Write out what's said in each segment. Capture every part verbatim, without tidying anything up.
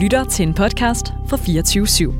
lytter til en podcast fra fireogtyve syv.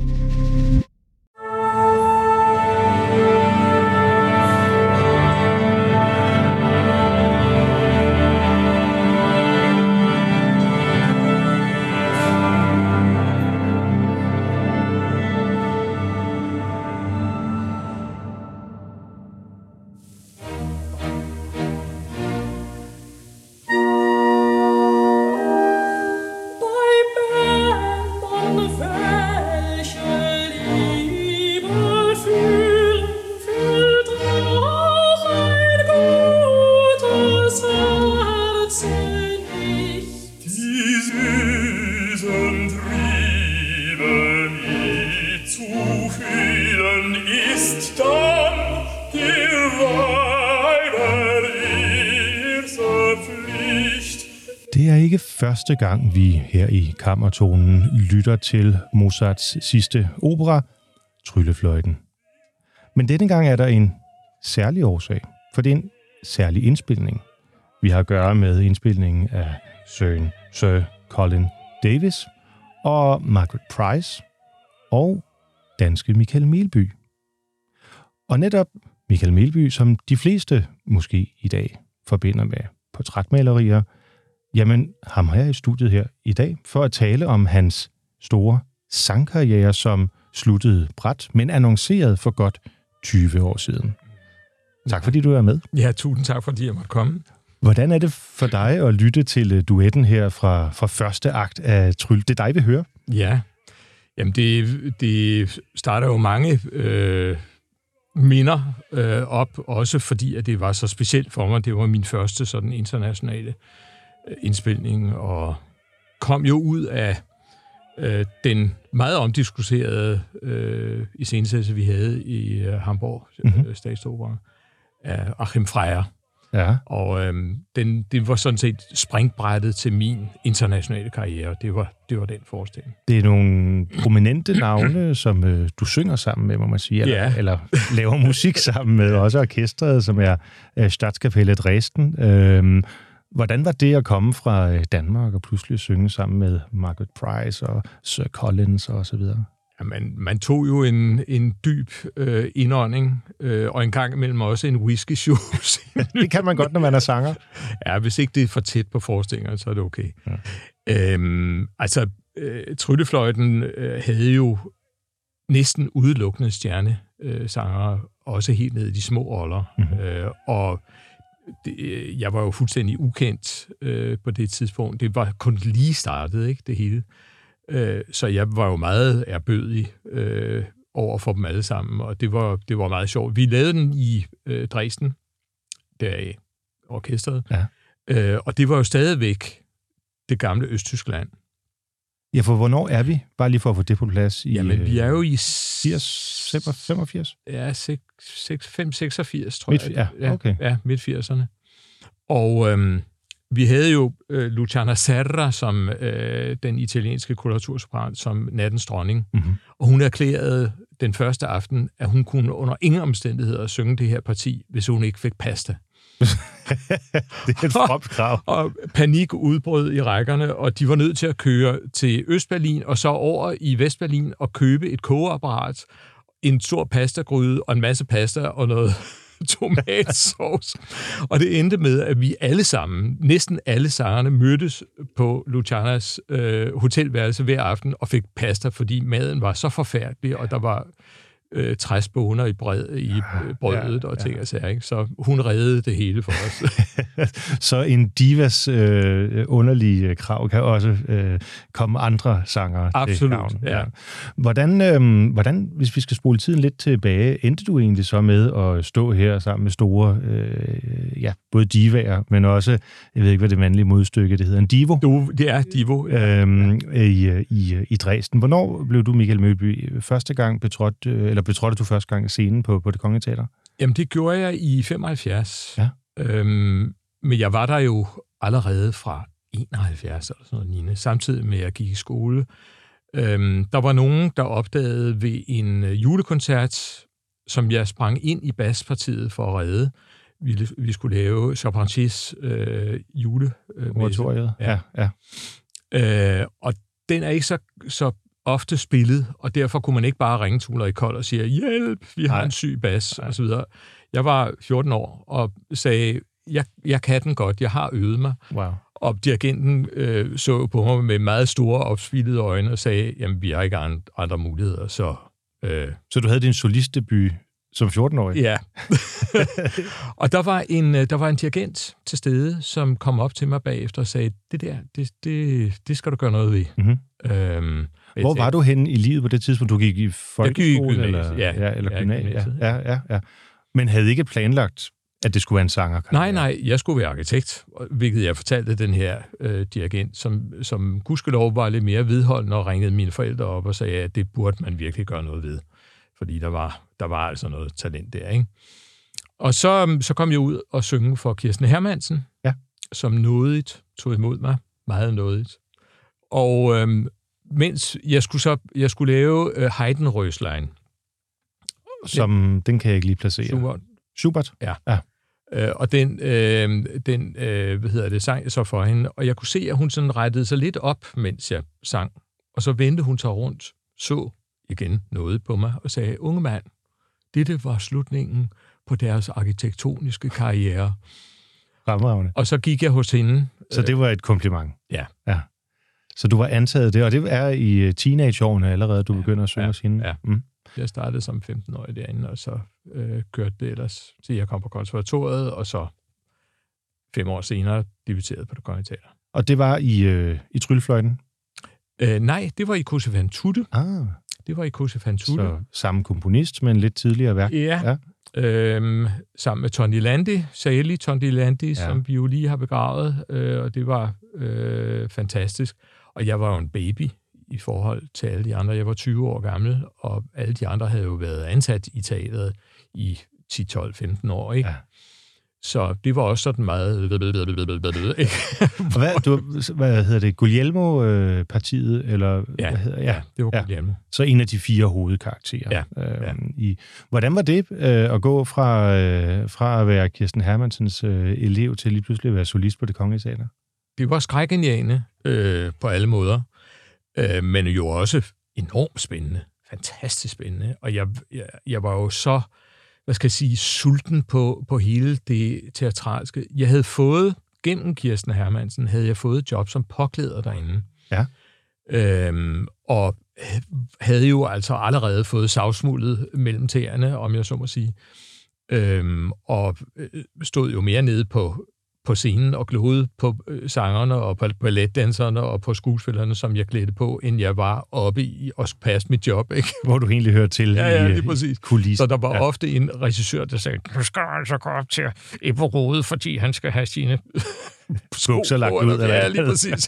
Det er ikke første gang, vi her i Kammertonen lytter til Mozarts sidste opera, Tryllefløjten. Men denne gang er der en særlig årsag, for det er en særlig indspilning. Vi har at gøre med indspilningen af Sir, Sir Colin Davis og Margaret Price og danske Michael Melby. Og netop Michael Melby, som de fleste måske i dag forbinder med portrætmalerier, jamen ham har jeg i studiet her i dag for at tale om hans store sangkarriere, som sluttede brat, men annonceret for godt tyve år siden. Tak fordi du er med. Ja, tusind tak fordi jeg måtte komme. Hvordan er det for dig at lytte til duetten her fra, fra første akt af Tryl? Det er dig, vi hører. Ja, jamen det, det starter jo mange øh, minder øh, op, også fordi at det var så specielt for mig. Det var min første sådan internationale øh, indspilning, og kom jo ud af øh, den meget omdiskuterede øh, iscenesættelse, vi havde i øh, Hamburg mm-hmm. øh, Statsopera af Achim Freyer. Ja. Og øhm, den, det var sådan set springbrættet til min internationale karriere. Det var, det var den forestilling. Det er nogle prominente navne, som øh, du synger sammen med, må man sige, eller, ja. eller laver musik sammen med, også orkestret, som er øh, Statskapelle Dresden. Øhm, hvordan var det at komme fra øh, Danmark og pludselig synge sammen med Margaret Price og Sir Collins og så videre? Ja, man, man tog jo en, en dyb øh, indånding, øh, og en gang imellem også en whisky-shoes. Det kan man godt, når man er sanger. Ja, hvis ikke det er for tæt på forestillingerne, så er det okay. Ja. Øhm, altså, øh, Tryllefløjten øh, havde jo næsten udelukkende stjernesanger, øh, også helt ned i de små roller. Mm-hmm. Øh, og det, jeg var jo fuldstændig ukendt øh, på det tidspunkt. Det var kun lige startet, ikke, det hele. Så jeg var jo meget ærbødig øh, over for dem alle sammen, og det var, det var meget sjovt. Vi lavede den i øh, Dresden, der i orkestret, ja. øh, og det var jo stadigvæk det gamle Østtyskland. Ja, for hvornår er vi? Bare lige for at få det på plads. I, Jamen, vi er jo i firs, femogfirs? Ja, fem seksogfirs, tror midt, jeg. Ja, okay. Ja, midt firserne. Og øhm, vi havde jo øh, Luciana Serra som øh, den italienske koloratursopran, som nattens dronning. Mm-hmm. Og hun erklærede den første aften, at hun kunne under ingen omstændigheder synge det her parti, hvis hun ikke fik pasta. Det er et fromt krav. Og, og panik udbrød i rækkerne, og de var nødt til at køre til Østberlin og så over i Vestberlin og købe et kogeapparat, en stor pastagryde og en masse pasta og noget tomatsauce. Og det endte med, at vi alle sammen, næsten alle sangerne, mødtes på Lucianas øh, hotelværelse hver aften og fik pasta, fordi maden var så forfærdelig, og der var øh, træsboner i, bred, i brødet ja, og ting ja. og sager, ikke? Så hun reddede det hele for os. Så en divas øh, underlige krav kan også øh, komme andre sanger Absolut, til gavn. Ja. Ja. Hvordan, øh, hvordan, hvis vi skal spole tiden lidt tilbage, endte du egentlig så med at stå her sammen med store, øh, ja, både divaer, men også, jeg ved ikke, hvad det mandlige modstykke, det hedder, en divo? Du, det er divo, ja. øhm, i, i, i Dresden. Hvornår blev du, Michael Melby, første gang betrådt, eller betrådte du første gang scenen på, på Det Kongelige Teater? Jamen, det gjorde jeg i femoghalvfjerds. Ja. Øhm, men jeg var der jo allerede fra enoghalvfjerds eller sådan noget lignende, samtidig med at jeg gik i skole. Øhm, der var nogen, der opdagede ved en julekoncert, som jeg sprang ind i baspartiet for at redde. Vi, vi skulle lave Charpentiers øh, jule. Øh, Oratoriet. Ja, ja. Øh, og den er ikke så, så ofte spillet, og derfor kunne man ikke bare ringe til Ulrik Kold og sige, hjælp, vi har Nej. en syg bas, og så videre. Jeg var fjorten år og sagde, jeg, jeg kan den godt, jeg har øvet mig. Wow. Og dirigenten øh, så på mig med meget store opspilede øjne og sagde, jamen, vi har ikke andre muligheder, så... Øh. Så du havde din solistdebut som fjorten-årig? Ja. Og der var, en, der var en dirigent til stede, som kom op til mig bagefter og sagde, det der, det, det, det skal du gøre noget ved. Mm-hmm. Øhm, Hvor var du henne i livet på det tidspunkt? Du gik i folkeskole? Eller, ja, ja, eller ja, gymnasiet? Ja, ja, ja. Men havde ikke planlagt, at det skulle være en sanger? Nej, nej, jeg skulle være arkitekt, hvilket jeg fortalte den her øh, dirigent, som, som gudskelov var lidt mere vedholdende og ringede mine forældre op og sagde, at det burde man virkelig gøre noget ved. Fordi der var, der var altså noget talent der, ikke? Og så, så kom jeg ud og synge for Kirsten Hermansen, ja. som nådigt tog imod mig, meget nådigt. Og øhm, mens jeg skulle, så, jeg skulle lave øh, Heidenröslein. Som, den kan jeg ikke lige placere. Schubert. Schubert? Ja. ja. Øh, og den, øh, den øh, hvad hedder det, sang jeg så for hende, og jeg kunne se, at hun sådan rettede sig lidt op, mens jeg sang. Og så vendte hun sig rundt, så igen noget på mig og sagde, unge mand, dette var slutningen på deres arkitektoniske karriere. Fremragende. Og så gik jeg hos hende. Så det var et kompliment? Ja. ja. Så du var antaget det, og det er i teenageårene allerede, du ja, begynder at synge ja, hos hende? Ja. Mm. Jeg startede som femten-årig derinde, og så øh, kørte det ellers, til jeg kom på konservatoriet, og så fem år senere debuterede på Det Kongelige Teater. Og det var i, øh, i Tryllefløjten? Øh, nej, det var i K C van Tutte. Ah. Det var i K C van Tutte. Så samme komponist, men lidt tidligere værk. Ja, ja. Øhm, sammen med Tony Landi, Sali Tony Landi, ja. som vi jo lige har begravet, øh, og det var øh, fantastisk. Og jeg var jo en baby i forhold til alle de andre. Jeg var tyve år gammel, og alle de andre havde jo været ansat i teateret i ti, tolv, femten år, ikke? Ja. Så det var også sådan meget... hvad, du, hvad hedder det? Guglielmo-partiet? Eller, ja, hvad hedder, ja. ja, det var ja. Guglielmo. Så en af de fire hovedkarakterer. Ja, ja. Øh, i, hvordan var det øh, at gå fra, øh, fra at være Kirsten Hermansens øh, elev til lige pludselig at være solist på Det Kongelige Teater? Det var skrækindjagende øh, på alle måder, øh, men jo også enormt spændende. Fantastisk spændende. Og jeg, jeg, jeg var jo så... hvad skal jeg sige, sulten på, på hele det teatralske. Jeg havde fået, gennem Kirsten Hermansen, havde jeg fået et job som påklæder derinde. Ja. Øhm, og havde jo altså allerede fået savsmuldet mellem tæerne, om jeg så må sige. Øhm, og stod jo mere nede på, på scenen og glodede på sangerne og på balletdanserne og på skuespillerne, som jeg klædte på, end jeg var oppe i og passe mit job, ikke? Hvor du egentlig hørte til ja, ja, i, lige præcis. i kulissen. Så der var ja. ofte en regissør, der sagde, du skal altså gå op til Ebbe Rode, fordi han skal have sine sko så lagt ud. Eller ja, lige præcis.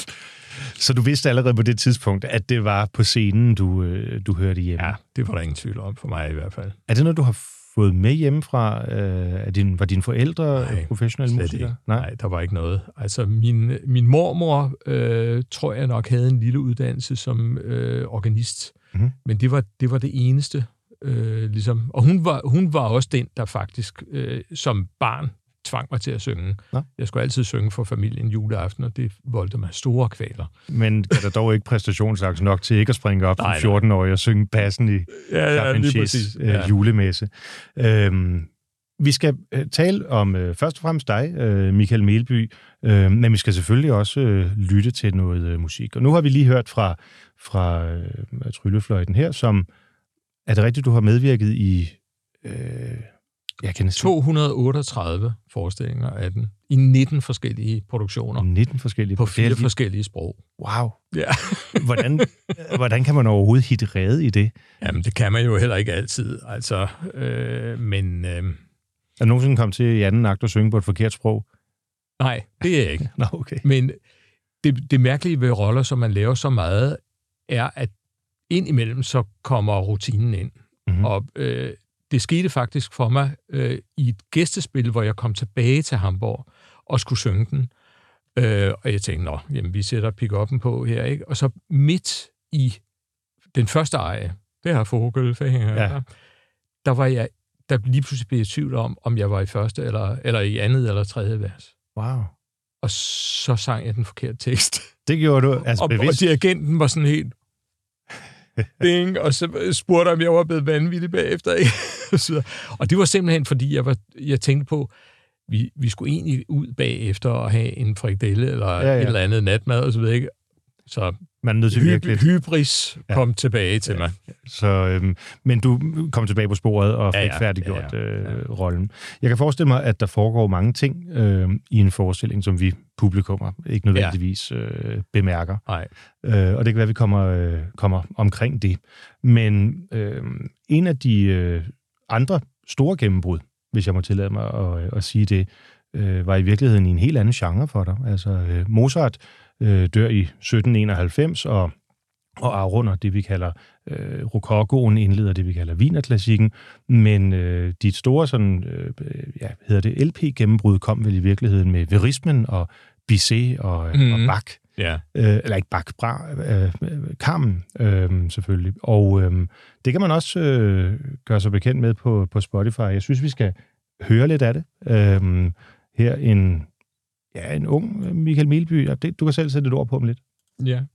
Så du vidste allerede på det tidspunkt, at det var på scenen, du, du hørte hjemme? Ja, det var der ingen tvivl om for mig i hvert fald. Er det noget, du har fået med hjemmefra? Øh, din, var dine forældre Nej, professionelle musikere? Nej. Nej, der var ikke noget. Altså, min, min mormor, øh, tror jeg nok, havde en lille uddannelse som øh, organist. Mm-hmm. Men det var, det var det eneste. Øh, ligesom. Og hun var, hun var også den, der faktisk øh, som barn tvang mig til at synge. Nå. Jeg skulle altid synge for familien juleaften, og det voldte mig store kvaler. Men kan der dog ikke præstationsaks nok til ikke at springe op som fjorten-årig og synge passen i ja, ja, Clapinchis ja. julemesse? Øhm, vi skal øh, tale om øh, først og fremmest dig, øh, Michael Melby, øh, men vi skal selvfølgelig også øh, lytte til noget øh, musik. Og nu har vi lige hørt fra, fra øh, Tryllefløjten her, som er det rigtigt, du har medvirket i... Øh, Jeg kan to hundrede otteogtredive forestillinger af den, i nitten forskellige produktioner. nitten forskellige på fire lige... forskellige sprog. Wow. Ja. hvordan, hvordan kan man overhovedet hitte rede i det? Jamen, det kan man jo heller ikke altid. Altså, øh, men... Øh... Er du nogensinde kommet til i anden akt og synge på et forkert sprog? Nej, det er jeg ikke. Nå, okay. Men det, det mærkelige ved roller, som man laver så meget, er, at indimellem så kommer rutinen ind. Mm-hmm. Og... Øh, Det skete faktisk for mig øh, i et gæstespil, hvor jeg kom tilbage til Hamburg og skulle synge den. Øh, og jeg tænkte, nå, jamen, vi sætter pick-up'en på her, ikke? Og så midt i den første eje, det her Vogelfænger, ja. der var jeg, der lige pludselig blev i tvivl om, om jeg var i første, eller, eller i andet, eller tredje vers. Wow. og så sang jeg den forkerte tekst. Det gjorde du altså og, bevidst? Og dirigenten var sådan helt... Ding, og så spurgte om jeg var blevet vanvittig bagefter. Ikke? Og det var simpelthen, fordi jeg, var, jeg tænkte på, vi, vi skulle egentlig ud bagefter og have en frikadelle eller ja, ja. et eller andet natmad og så videre, ikke? Så man er nødt til virkelig. Hybris kom ja. tilbage til mig. Så, øhm, men du kom tilbage på sporet og fik ja, ja. færdiggjort ja, ja. Øh, rollen. Jeg kan forestille mig, at der foregår mange ting øh, i en forestilling, som vi publikummer ikke nødvendigvis øh, bemærker. Nej. Øh, og det kan være, at vi kommer, øh, kommer omkring det. Men øh, en af de øh, andre store gennembrud, hvis jeg må tillade mig at, at sige det, øh, var i virkeligheden i en helt anden genre for dig. Altså øh, Mozart øh, dør i sytten enoghalvfems og, og afrunder det, vi kalder øh, rokokoen, indleder det, vi kalder wienerklassikken. Men øh, dit store sådan, øh, ja, hedder det L P-gennembrud kom vel i virkeligheden med verismen og Bizet og, mm. og Bach. Yeah. Øh, eller ikke Bach, Bra, øh, Carmen øh, selvfølgelig. Og øh, det kan man også øh, gøre sig bekendt med på, på Spotify. Jeg synes, vi skal høre lidt af det. Øh, her en, ja, en ung Michael Melby. Det, du kan selv sætte et ord på om lidt. Ja. Yeah.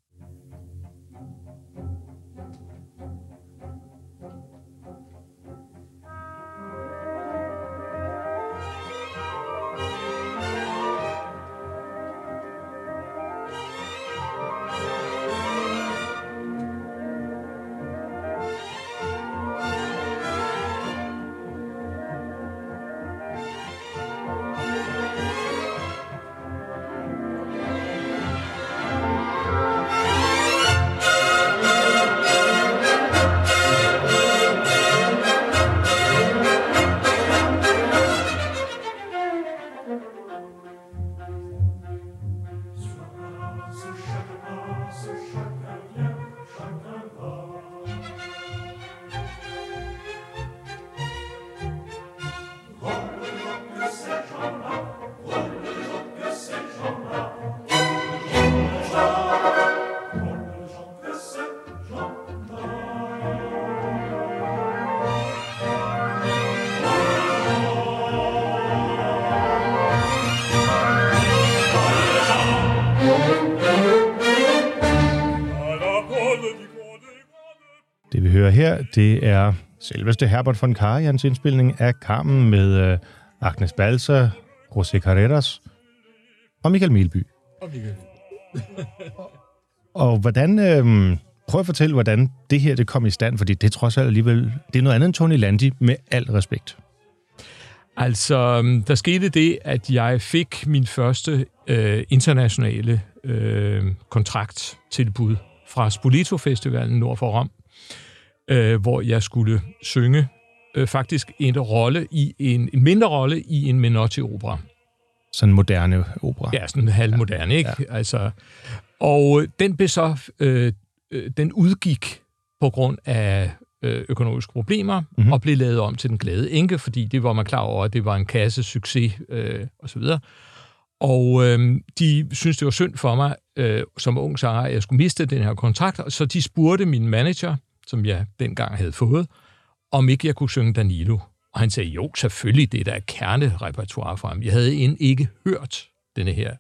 Her, det er selveste Herbert von Karajans indspilning af Carmen med uh, Agnes Balser, José Carreras og Michael Melby. Og Michael. Og hvordan, øh, prøv at fortælle, hvordan det her det kom i stand, fordi det er trods alt alligevel, det er noget andet end Tony Landi, med al respekt. Altså, der skete det, at jeg fik min første øh, internationale øh, kontrakttilbud fra Spoleto-festivalen nord for Rom, Øh, hvor jeg skulle synge øh, faktisk en rolle i en, en mindre rolle i en Menotti-opera. Sådan en moderne opera. Ja, sådan en halvmoderne, ja, ikke? Ja. Altså, og den blev så, øh, den udgik på grund af øh, økonomiske problemer, mm-hmm. og blev lavet om til Den Glade Enke, fordi det var man klar over, at det var en kasse succes, øh, og så videre. Og øh, de synes det var synd for mig, øh, som ung sanger, at jeg skulle miste den her kontrakt, så de spurgte min manager, som jeg dengang havde fået, om ikke jeg kunne synge Danilo. Og han sagde, jo, selvfølgelig, det er der kernerepertoire for ham. Jeg havde end ikke hørt denne her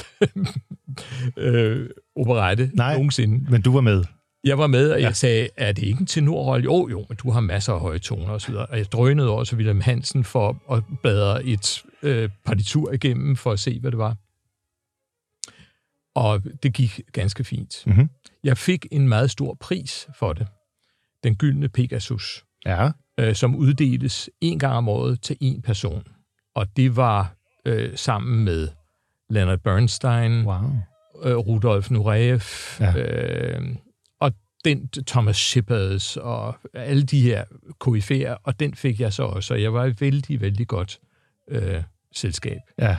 øh, operette Nej, nogensinde. Men du var med. Jeg var med, og jeg ja. sagde, er det ikke en tenorrolle? Jo, jo, men du har masser af høje toner og så videre. Og jeg drønede også Wilhelm Hansen for at bladre et øh, partitur igennem, for at se, hvad det var. Og det gik ganske fint. Mm-hmm. Jeg fik en meget stor pris for det. Den gyldne Pegasus, ja. øh, som uddeles en gang om året til en person. Og det var øh, sammen med Leonard Bernstein, wow. øh, Rudolf Nureyev, ja. øh, og den Thomas Shepard, og alle de her koryfæer, og den fik jeg så også. Og jeg var et vældig, vældig godt øh, selskab. Ja.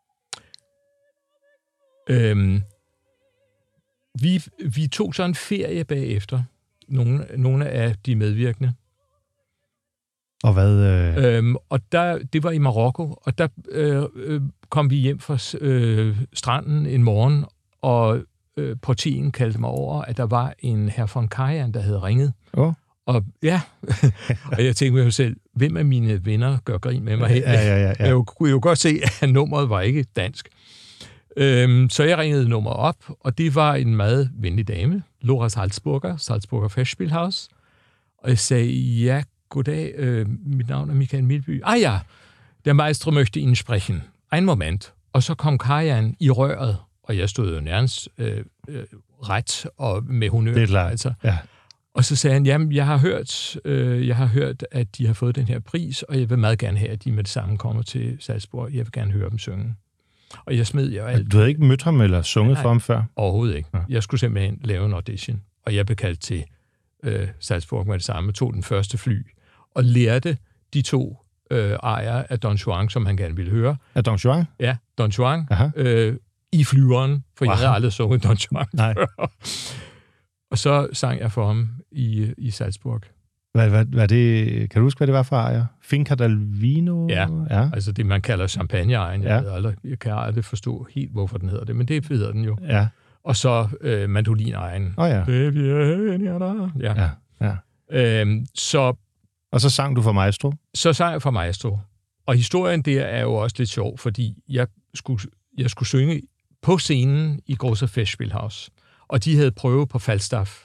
Øhm, vi, vi tog så en ferie bagefter, nogle, nogle af de medvirkende. Og hvad? Øh... Øhm, og der, det var i Marokko, og der øh, øh, kom vi hjem fra øh, stranden en morgen, og øh, portieren kaldte mig over, at der var en herr von Karajan, der havde ringet. Oh. Og ja, og jeg tænkte mig selv, hvem af mine venner gør grin med mig her? Ja, ja, ja, ja. Jeg kunne jo godt se, at nummeret var ikke dansk. Øhm, så jeg ringede nummer op, og det var en meget venlig dame, Laura Salzburger, Salzburger Festspielhaus. Og jeg sagde, ja, goddag, øh, mit navn er Michael Milby. Ah ja, der Maestro möchte Ihnen sprechen. En moment. Og så kom Karajan i røret, og jeg stod jo nærmest øh, øh, ret og med honør. Det er klart, altså. ja. Og så sagde han, jamen, jeg har hørt, øh, jeg har hørt, at de har fået den her pris, og jeg vil meget gerne have, at de med det samme kommer til Salzburg. Jeg vil gerne høre dem synge. Og jeg smed jo alt. Du havde ikke mødt ham eller sunget Nej, for ham før? Overhovedet ikke. Ja. Jeg skulle simpelthen lave en audition, og jeg blev kaldt til øh, Salzburg med det samme, tog den første fly, og lærte de to øh, ejere af Don Juan, som han gerne ville høre. Af Don Juan? Ja, Don Juan, øh, i flyveren, for wow. Jeg havde aldrig sunget Don Juan Nej. før. Og så sang jeg for ham i, i Salzburg. Hvad, hvad, hvad det, kan du huske, hvad det var for ejer? Finca del Vino? Ja, ja, altså det, man kalder champagneejen. Ja. Jeg, aldrig, jeg kan aldrig forstå helt, hvorfor den hedder det, men det hedder den jo. Ja. Og så øh, mandolinejen. Åh oh, ja. Ja. Ja, ja. Øhm, så, og så sang du for Maestro? Så sang jeg for Maestro. Og historien der er jo også lidt sjov, fordi jeg skulle, jeg skulle synge på scenen i Großer Festspielhaus. Og de havde prøvet på Falstaff.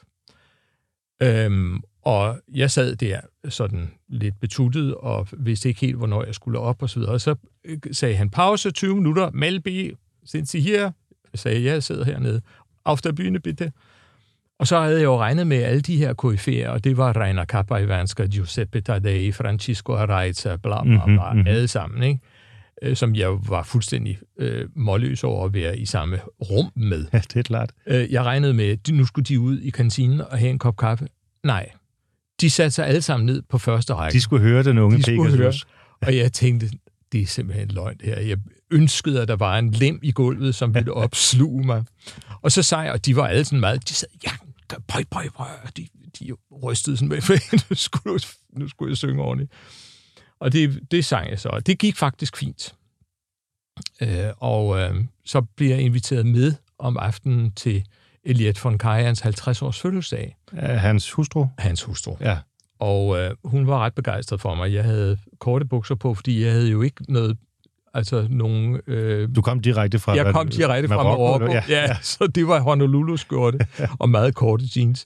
Øhm, og jeg sad der sådan lidt betuttet, og vidste ikke helt, hvornår jeg skulle op og så videre. Og så sagde han, pause, tyve minutter, Melby, sind Sie hier? Jeg sagde, ja, jeg sidder hernede. Auf der Bühne, bitte. Og så havde jeg jo regnet med alle de her koryfæer, og det var Rainer Kappa-Ivanska, Giuseppe Taddei, Francisco Araiza, bla bla bla, mm-hmm. alle sammen, ikke? Som jeg var fuldstændig øh, målløs over at være i samme rum med. Ja, det er klart. Øh, jeg regnede med, at nu skulle de ud i kantinen og have en kop kaffe. Nej, de satte sig alle sammen ned på første række. De skulle høre den unge de Pegasus. Høre, og jeg tænkte, det er simpelthen løgn det her. Jeg ønskede, at der var en lem i gulvet, som ville opsluge mig. Og så sagde jeg, og de var alle sådan meget, de sad, ja, bøj, bøj, bøj. De, de rystede sådan med, for nu skulle, nu skulle jeg synge ordentligt. Og det, det sang jeg så. Det gik faktisk fint. Øh, og øh, så blev jeg inviteret med om aftenen til Eliette von Karajans halvtreds års fødselsdag. Hans hustru? Hans hustru. Ja. Og øh, hun var ret begejstret for mig. Jeg havde korte bukser på, fordi jeg havde jo ikke noget, altså nogen... Øh, du kom direkte fra... Jeg kom direkte fra Marokko, ja, ja. ja, så det var Honolulu-skjorte og meget korte jeans.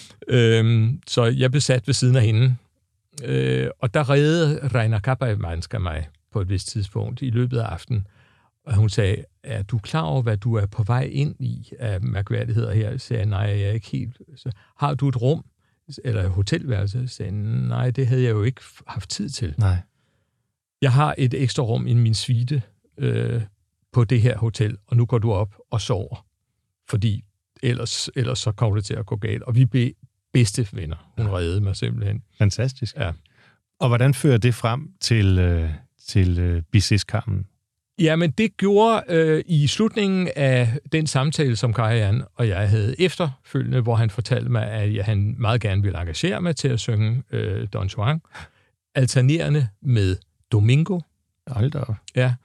Øhm, så jeg blev sat ved siden af hende. Øh, og der reddede Rainer Kappa-Ivanska mig på et vist tidspunkt i løbet af aftenen. Og hun sagde, er du klar over, hvad du er på vej ind i af mærkværdigheder her? Jeg sagde, nej, jeg er ikke helt. Så, har du et rum? Eller hotelværelse? Jeg sagde, nej, det havde jeg jo ikke haft tid til. Nej. Jeg har et ekstra rum i min suite øh, på det her hotel, og nu går du op og sover. Fordi ellers, ellers så kommer det til at gå galt. Og vi blev bedste venner. Hun reddede mig simpelthen. Fantastisk. Ja. Og hvordan fører det frem til, øh, til øh, Bizet-Carmen? Jamen, det gjorde øh, i slutningen af den samtale, som Karajan og jeg havde efterfølgende, hvor han fortalte mig, at han meget gerne ville engagere mig til at synge øh, Don Juan, alternerende med Domingo. Hold da op. Ja.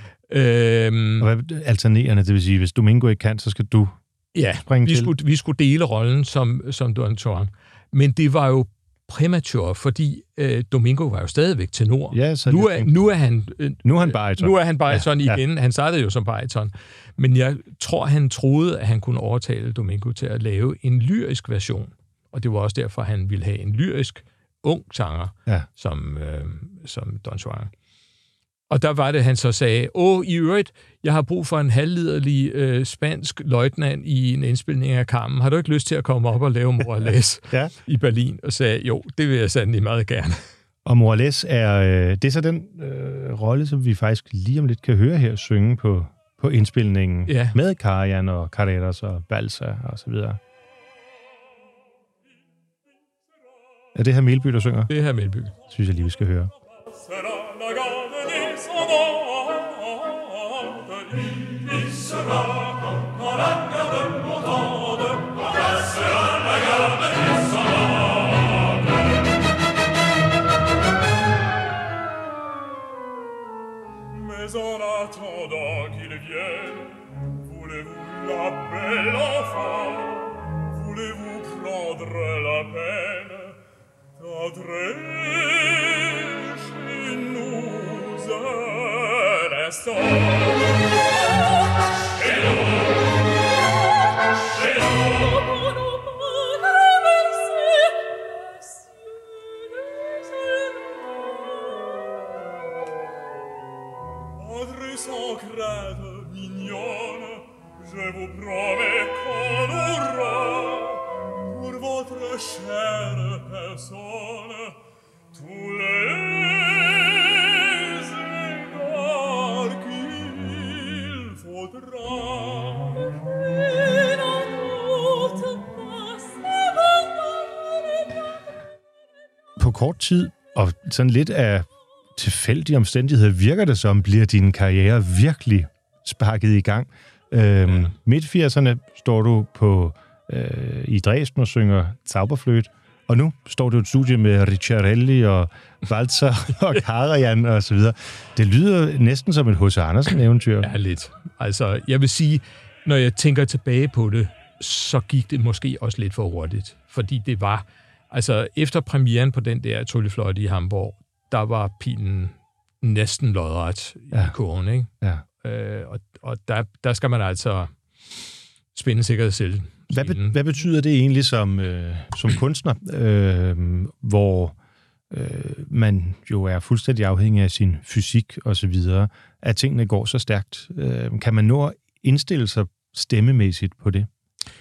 Øhm, og hvad alternerende, det vil sige, hvis Domingo ikke kan, så skal du ja, springe vi til? Skulle, vi skulle dele rollen som, som Don Juan. Men det var jo præmatur, fordi øh, Domingo var jo stadigvæk tenor. Ja, så nu, er, nu er han øh, nu er han bariton. Nu er han bariton ja, igen. Ja. Han startede jo som bariton. Men jeg tror, han troede, at han kunne overtale Domingo til at lave en lyrisk version. Og det var også derfor, han ville have en lyrisk ung sanger, ja. som, øh, som Don Juan. Og der var det, han så sagde, åh, i øvrigt, jeg har brug for en halvliderlig øh, spansk løjtnant i en indspilning af Carmen. Har du ikke lyst til at komme op og lave Morales ja. i Berlin? Og sagde, jo, det vil jeg sandelig meget gerne. Og Morales er, øh, det er så den øh, rolle, som vi faktisk lige om lidt kan høre her synge på, på indspilningen ja. med Karajan og Carreras og Balsa og så videre. Er det her Melby, der synger? Det er her Melby. Synes jeg lige, vi skal høre. Mais en attendant qu'il vienne, voulez-vous la belle enfant, voulez-vous prendre la peine d'entrer chez nous un instant? Et På kort tid, og sådan lidt af tilfældige omstændigheder, virker det som, bliver din karriere virkelig sparket i gang. Øhm, ja. Midt firserne står du på øh, i Dresden og synger Zauberfløjte, og nu står du i et studie med Ricciarelli og Walzer og Karajan og så videre. Det lyder næsten som et H C Andersen-eventyr. Ja, lidt. Altså, jeg vil sige, når jeg tænker tilbage på det, så gik det måske også lidt for hurtigt. Fordi det var, altså efter premieren på den der Tryllefløjte i Hamburg, der var pilen næsten lodret ja. i kurven, ikke? Ja. Øh, og og der, der skal man altså spænde sikkerhed selv. Hvad, be, hvad betyder det egentlig som, øh, som kunstner, øh, hvor øh, man jo er fuldstændig afhængig af sin fysik og så videre, at tingene går så stærkt? Øh, kan man nå at indstille sig stemmemæssigt på det?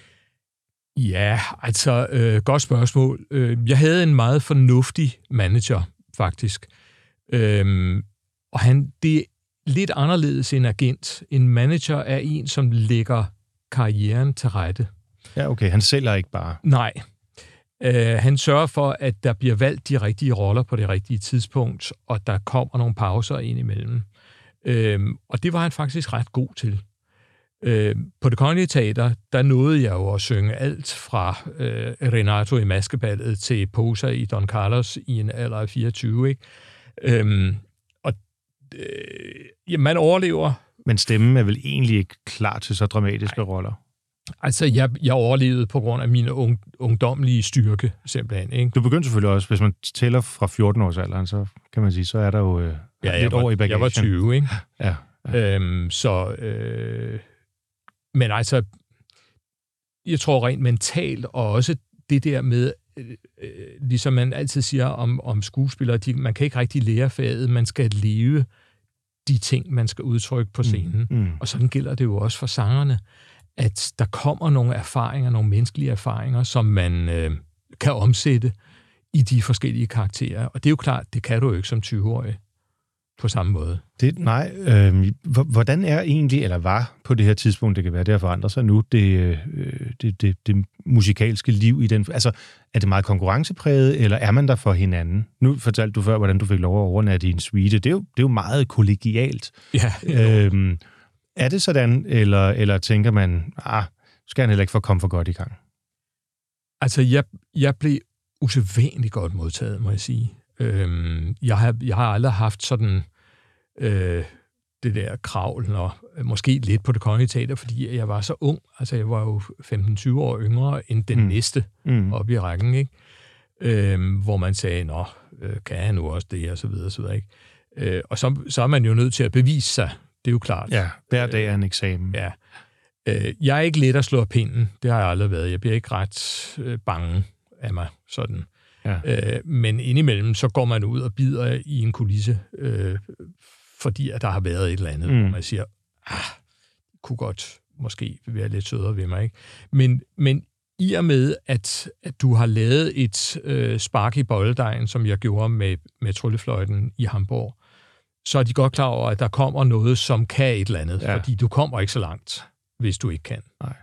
Ja, altså, øh, godt spørgsmål. Jeg havde en meget fornuftig manager, faktisk. Øhm, og han, det er lidt anderledes end agent. En manager er en, som lægger karrieren til rette. Ja, okay. Han sælger ikke bare. Nej. Øh, han sørger for, at der bliver valgt de rigtige roller på det rigtige tidspunkt, og der kommer nogle pauser ind imellem. Øhm, og det var han faktisk ret god til. Øh, på Det Kongelige Teater, der nåede jeg jo at synge alt fra øh, Renato i Maskeballet til Posa i Don Carlos i en alder af fireogtyve, ikke? Øhm, og øh, ja, man overlever. Men stemmen er vel egentlig ikke klar til så dramatiske Nej. roller? Altså, jeg, jeg overlevede på grund af min ung, ungdomlige styrke, simpelthen. Ikke? Du begyndte selvfølgelig også, hvis man tæller fra fjorten-årsalderen, så kan man sige, så er der jo øh, ja, lidt var, år i bagagen. Jeg var tyve, ikke? Ja. ja. Øhm, så, øh, men altså, jeg tror rent mentalt, og også det der med, øh, ligesom man altid siger om, om skuespillere, de, man kan ikke rigtig lære faget, man skal leve de ting, man skal udtrykke på scenen. Mm, mm. Og sådan gælder det jo også for sangerne, at der kommer nogle erfaringer, nogle menneskelige erfaringer, som man øh, kan omsætte i de forskellige karakterer. Og det er jo klart, det kan du jo ikke som tyve-årig på samme måde. Det, nej, øh, hvordan er egentlig, eller var på det her tidspunkt, det kan være, det har forandret sig nu, det, øh, det, det, det musikalske liv i den... Altså, er det meget konkurrencepræget, eller er man der for hinanden? Nu fortalte du før, hvordan du fik lov at overnatte i en suite. Det er jo, det er jo meget kollegialt. Ja. Øh, er det sådan, eller, eller tænker man, ah, skal han heller ikke få komme for godt i gang? Altså, jeg, jeg blev usædvanligt godt modtaget, må jeg sige. Øhm, jeg, har, jeg har aldrig haft sådan øh, det der kravl, når, måske lidt på Det Kongelige Teater, fordi jeg var så ung. Altså, jeg var jo femten tyve år yngre end den mm. næste mm. oppe i rækken, ikke? Øhm, hvor man sagde, nå, øh, kan han nu også det, og så videre, og så videre, ikke? Øh, og så, så er man jo nødt til at bevise sig. Det er jo klart. Ja, hver dag er en eksamen. Ja. Øh, jeg er ikke let at slå af pinden. Det har jeg aldrig været. Jeg bliver ikke ret øh, bange af mig, sådan. Ja. Øh, men indimellem, så går man ud og bider i en kulisse, øh, fordi at der har været et eller andet, mm. hvor man siger, ah, det kunne godt måske være lidt sødere ved mig, ikke? Men, men i og med, at, at du har lavet et øh, spark i bolledejen, som jeg gjorde med, med Tryllefløjten i Hamburg, så er de godt klar over, at der kommer noget, som kan et eller andet, ja. Fordi du kommer ikke så langt, hvis du ikke kan. Nej.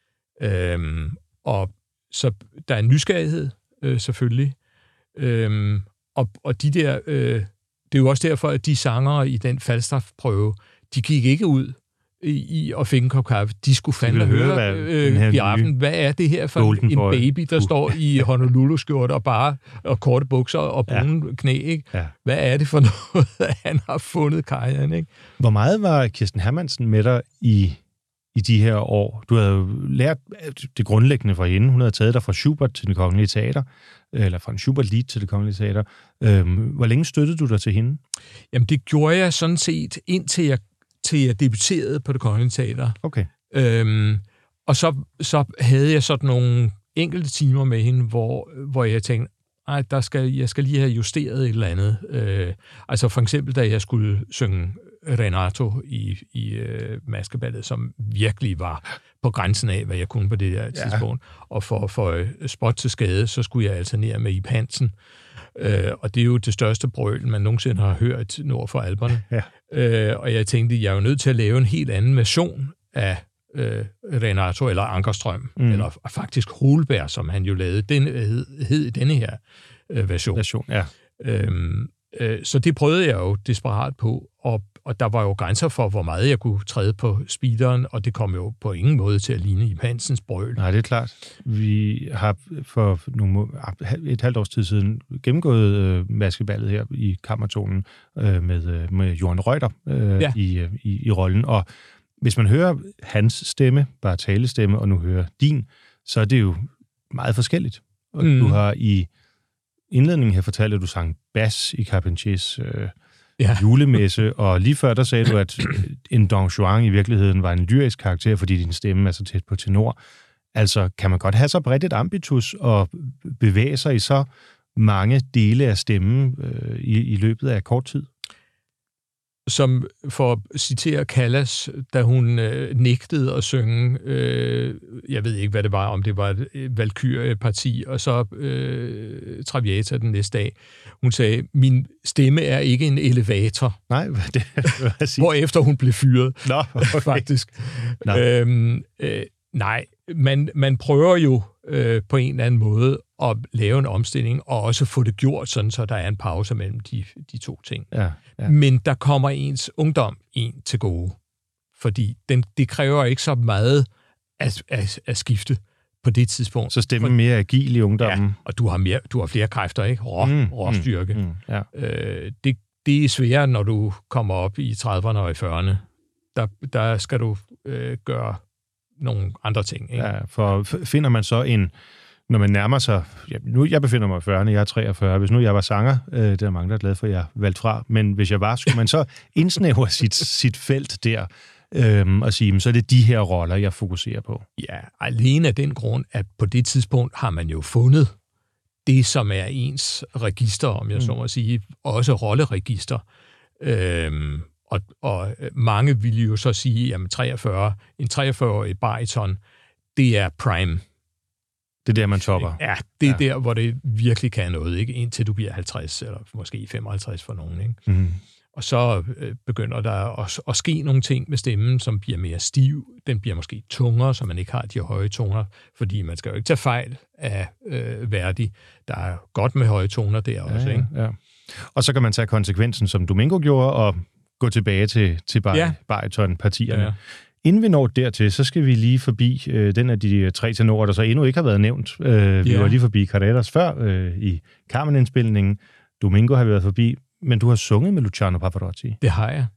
Øhm, og så der er en nysgerrighed, øh, selvfølgelig. Øhm, og, og de der, øh, det er jo også derfor, at de sangere i den Falstaff-prøve, de gik ikke ud i, i og fik en kop kaffe. De skulle fandme høre, høre øh, i aften, hvad er det her for en boy. baby, der uh. står i Honolulu-skjorte og bare og korte bukser og brune ja. knæ, ikke? Ja. Hvad er det for noget, han har fundet karrieren, ikke? Hvor meget var Kirsten Hermansen med dig i, i de her år? Du havde jo lært det grundlæggende fra hende. Hun havde taget dig fra Schubert til Det Kongelige Teater, eller fra en Schubert-lied til Det Kongelige Teater. Øhm, hvor længe støttede du dig til hende? Jamen, det gjorde jeg sådan set, indtil jeg til jeg debuterede på Det Kongelige Teater. Okay. Øhm, og så, så havde jeg sådan nogle enkelte timer med hende, hvor, hvor jeg tænkte, ej, der skal, jeg skal lige have justeret et eller andet. Øh, altså for eksempel, da jeg skulle synge Renato i, i øh, maskeballet, som virkelig var på grænsen af, hvad jeg kunne på det der tidspunkt. Ja. Og for, for spot til skade, så skulle jeg alternere med Ib Hansen. Øh, og det er jo det største brøl, man nogensinde har hørt nord for Alperne. Ja. Øh, og jeg tænkte, jeg er jo nødt til at lave en helt anden version af øh, Renato, eller Ankerstrøm, mm. eller faktisk Holberg, som han jo lavede, den hed, hed denne her øh, version. version ja. øhm, øh, så det prøvede jeg jo desperat på, og, og der var jo grænser for, hvor meget jeg kunne træde på speederen, og det kom jo på ingen måde til at ligne Ib Hansens brøl. Nej, det er klart. Vi har for nogle, et halvt års tid siden gennemgået øh, maskeballet her i Kammertonen øh, med, øh, med Johan Reuter øh, ja. i, i, i rollen, og hvis man hører hans stemme, bare talestemme, og nu hører din, så er det jo meget forskelligt. Og mm. du har i indledningen her fortalt, at du sang bas i Carpentiers øh, ja. julemesse, og lige før der sagde du, at en Don Juan i virkeligheden var en lyrisk karakter, fordi din stemme er så tæt på tenor. Altså, kan man godt have så bredt et ambitus og bevæge sig i så mange dele af stemmen øh, i, i løbet af kort tid? Som for at citere Callas, da hun øh, nægtede at synge, øh, jeg ved ikke, hvad det var, om det var et Valkyrie-parti, og så øh, Traviata den næste dag. Hun sagde, min stemme er ikke en elevator. Nej, hvad det hvad sige? Hvorefter hun blev fyret, Nå, okay. faktisk. Øhm, øh, nej, man, man prøver jo øh, på en eller anden måde at lave en omstilling, og også få det gjort, sådan, så der er en pause mellem de, de to ting. Ja, ja. Men der kommer ens ungdom en til gode, fordi den, det kræver ikke så meget at, at, at skifte på det tidspunkt. Så stemmen mere agil i ungdommen. Ja, og du har, mere, du har flere kræfter, ikke? Rå, mm, råstyrke. Mm, mm, ja. øh, det, det er sværere, når du kommer op i trediverne og i fyrrerne. Der, der skal du øh, gøre nogle andre ting. Ikke? Ja, for finder man så en... Når man nærmer sig... Ja, nu, jeg befinder mig i fyrrerne, jeg er treogfyrre. Hvis nu jeg var sanger, øh, det er mange, der er glade for, at jeg valgte fra. Men hvis jeg var, skulle man så indsnævre sit, sit felt der, øh, og sige, så er det de her roller, jeg fokuserer på. Ja, alene af den grund, at på det tidspunkt har man jo fundet det, som er ens register, om jeg mm. så må sige, også rolleregister. Øh, og, og mange ville jo så sige, jamen treogfyrre, en treogfyrre-årig bariton, det er prime. Det er der, man topper. Ja, det er ja. der, hvor det virkelig kan noget, ikke? Indtil du bliver halvtreds, eller måske femoghalvtreds for nogen, ikke? Mm. Og så øh, begynder der at, at ske nogle ting med stemmen, som bliver mere stiv. Den bliver måske tungere, så man ikke har de høje toner, fordi man skal jo ikke tage fejl af øh, Verdi. Der er godt med høje toner der ja, også, ikke? Ja. Og så kan man tage konsekvensen, som Domingo gjorde, og gå tilbage til, til bar- ja. bariton-partierne. Ja. Inden vi når dertil, så skal vi lige forbi øh, den af de tre tenorer, der så endnu ikke har været nævnt. Øh, vi yeah. var lige forbi Carreras før øh, i Carmen-indspilningen. Domingo har vi været forbi, men du har sunget med Luciano Pavarotti. Det har jeg.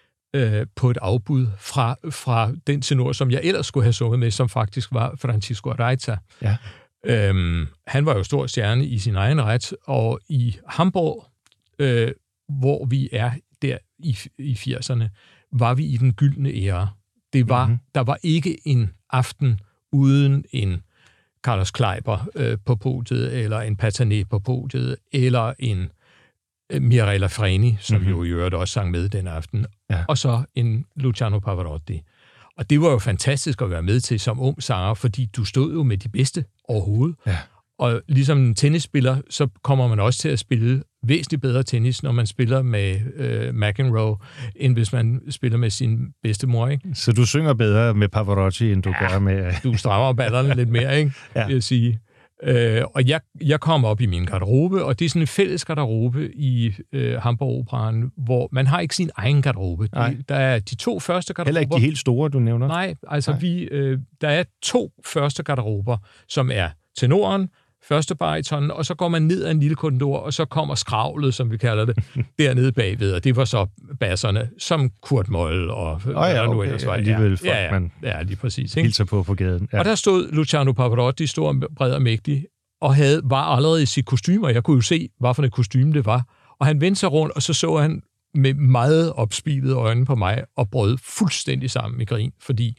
Øh, på et afbud fra, fra den tenor, som jeg ellers skulle have sunget med, som faktisk var Francisco Araiza. Ja. Øhm, han var jo stor stjerne i sin egen ret, og i Hamburg, øh, hvor vi er der i, i firserne, var vi i den gyldne æra. Det var, mm-hmm. Der var ikke en aften uden en Carlos Kleiber øh, på podiet, eller en Patané på podiet, eller en øh, Mirella Freni, som mm-hmm. jo i øvrigt også sang med den aften, ja. Og så en Luciano Pavarotti. Og det var jo fantastisk at være med til som ung sanger, fordi du stod jo med de bedste overhovedet. Ja. Og ligesom en tennisspiller, så kommer man også til at spille væsentligt bedre tennis, når man spiller med øh, McEnroe, end hvis man spiller med sin bedstemor, ikke? Så du synger bedre med Pavarotti, end du ja, gør med... du strammer ballerne lidt mere, ikke? Ja. Vil jeg sige. Øh, og jeg, jeg kom op i min garderobe, og det er sådan en fælles garderobe i øh, Hamburg-operaen, hvor man har ikke sin egen garderobe. De, der er de to første garderober... Heller ikke de helt store, du nævner? Nej, altså Nej. Vi, øh, der er to første garderober, som er tenoren, første bariton, og så går man ned ad en lille korridor, og så kommer skravlet, som vi kalder det, dernede bagved, og det var så basserne, som Kurt Moll og oh, ja, hvad der nu okay. ellers var. Alligevel folk, ja, ja, man ja, lige præcis. Hilser på på gaden. Ja. Og der stod Luciano Pavarotti, stor, bred og mægtig, og havde, var allerede i sit kostume, og jeg kunne jo se, hvad for et kostume det var. Og han vendte sig rundt, og så så han med meget opspilede øjne på mig, og brød fuldstændig sammen i grin, fordi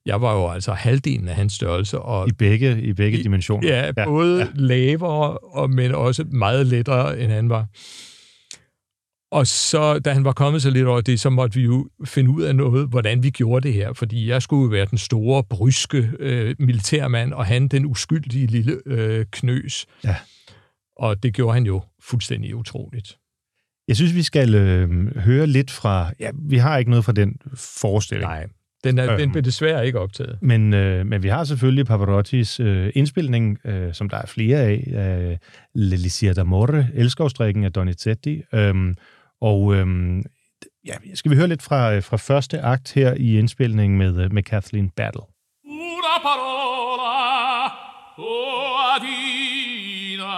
Jeg var jo altså halvdelen af hans størrelse. Og I begge, i begge i, dimensioner. Ja, ja både ja. lavere, og, men også meget lettere, end han var. Og så, da han var kommet så lidt over det, så måtte vi jo finde ud af noget, hvordan vi gjorde det her. Fordi jeg skulle jo være den store, bryske øh, militærmand, og han den uskyldige lille øh, knøs. Ja. Og det gjorde han jo fuldstændig utroligt. Jeg synes, vi skal øh, høre lidt fra... Ja, vi har ikke noget fra den forestilling. Nej, den, er, øhm, den blev desværre ikke optaget. Men, øh, men vi har selvfølgelig Pavarottis øh, indspilning, øh, som der er flere af, af L'Elixir d'Amore, Elskovsdrikken af Donizetti. Øhm, og øhm, ja, skal vi høre lidt fra, fra første akt her i indspilningen med, med Kathleen Battle. Una parola, oh Adina.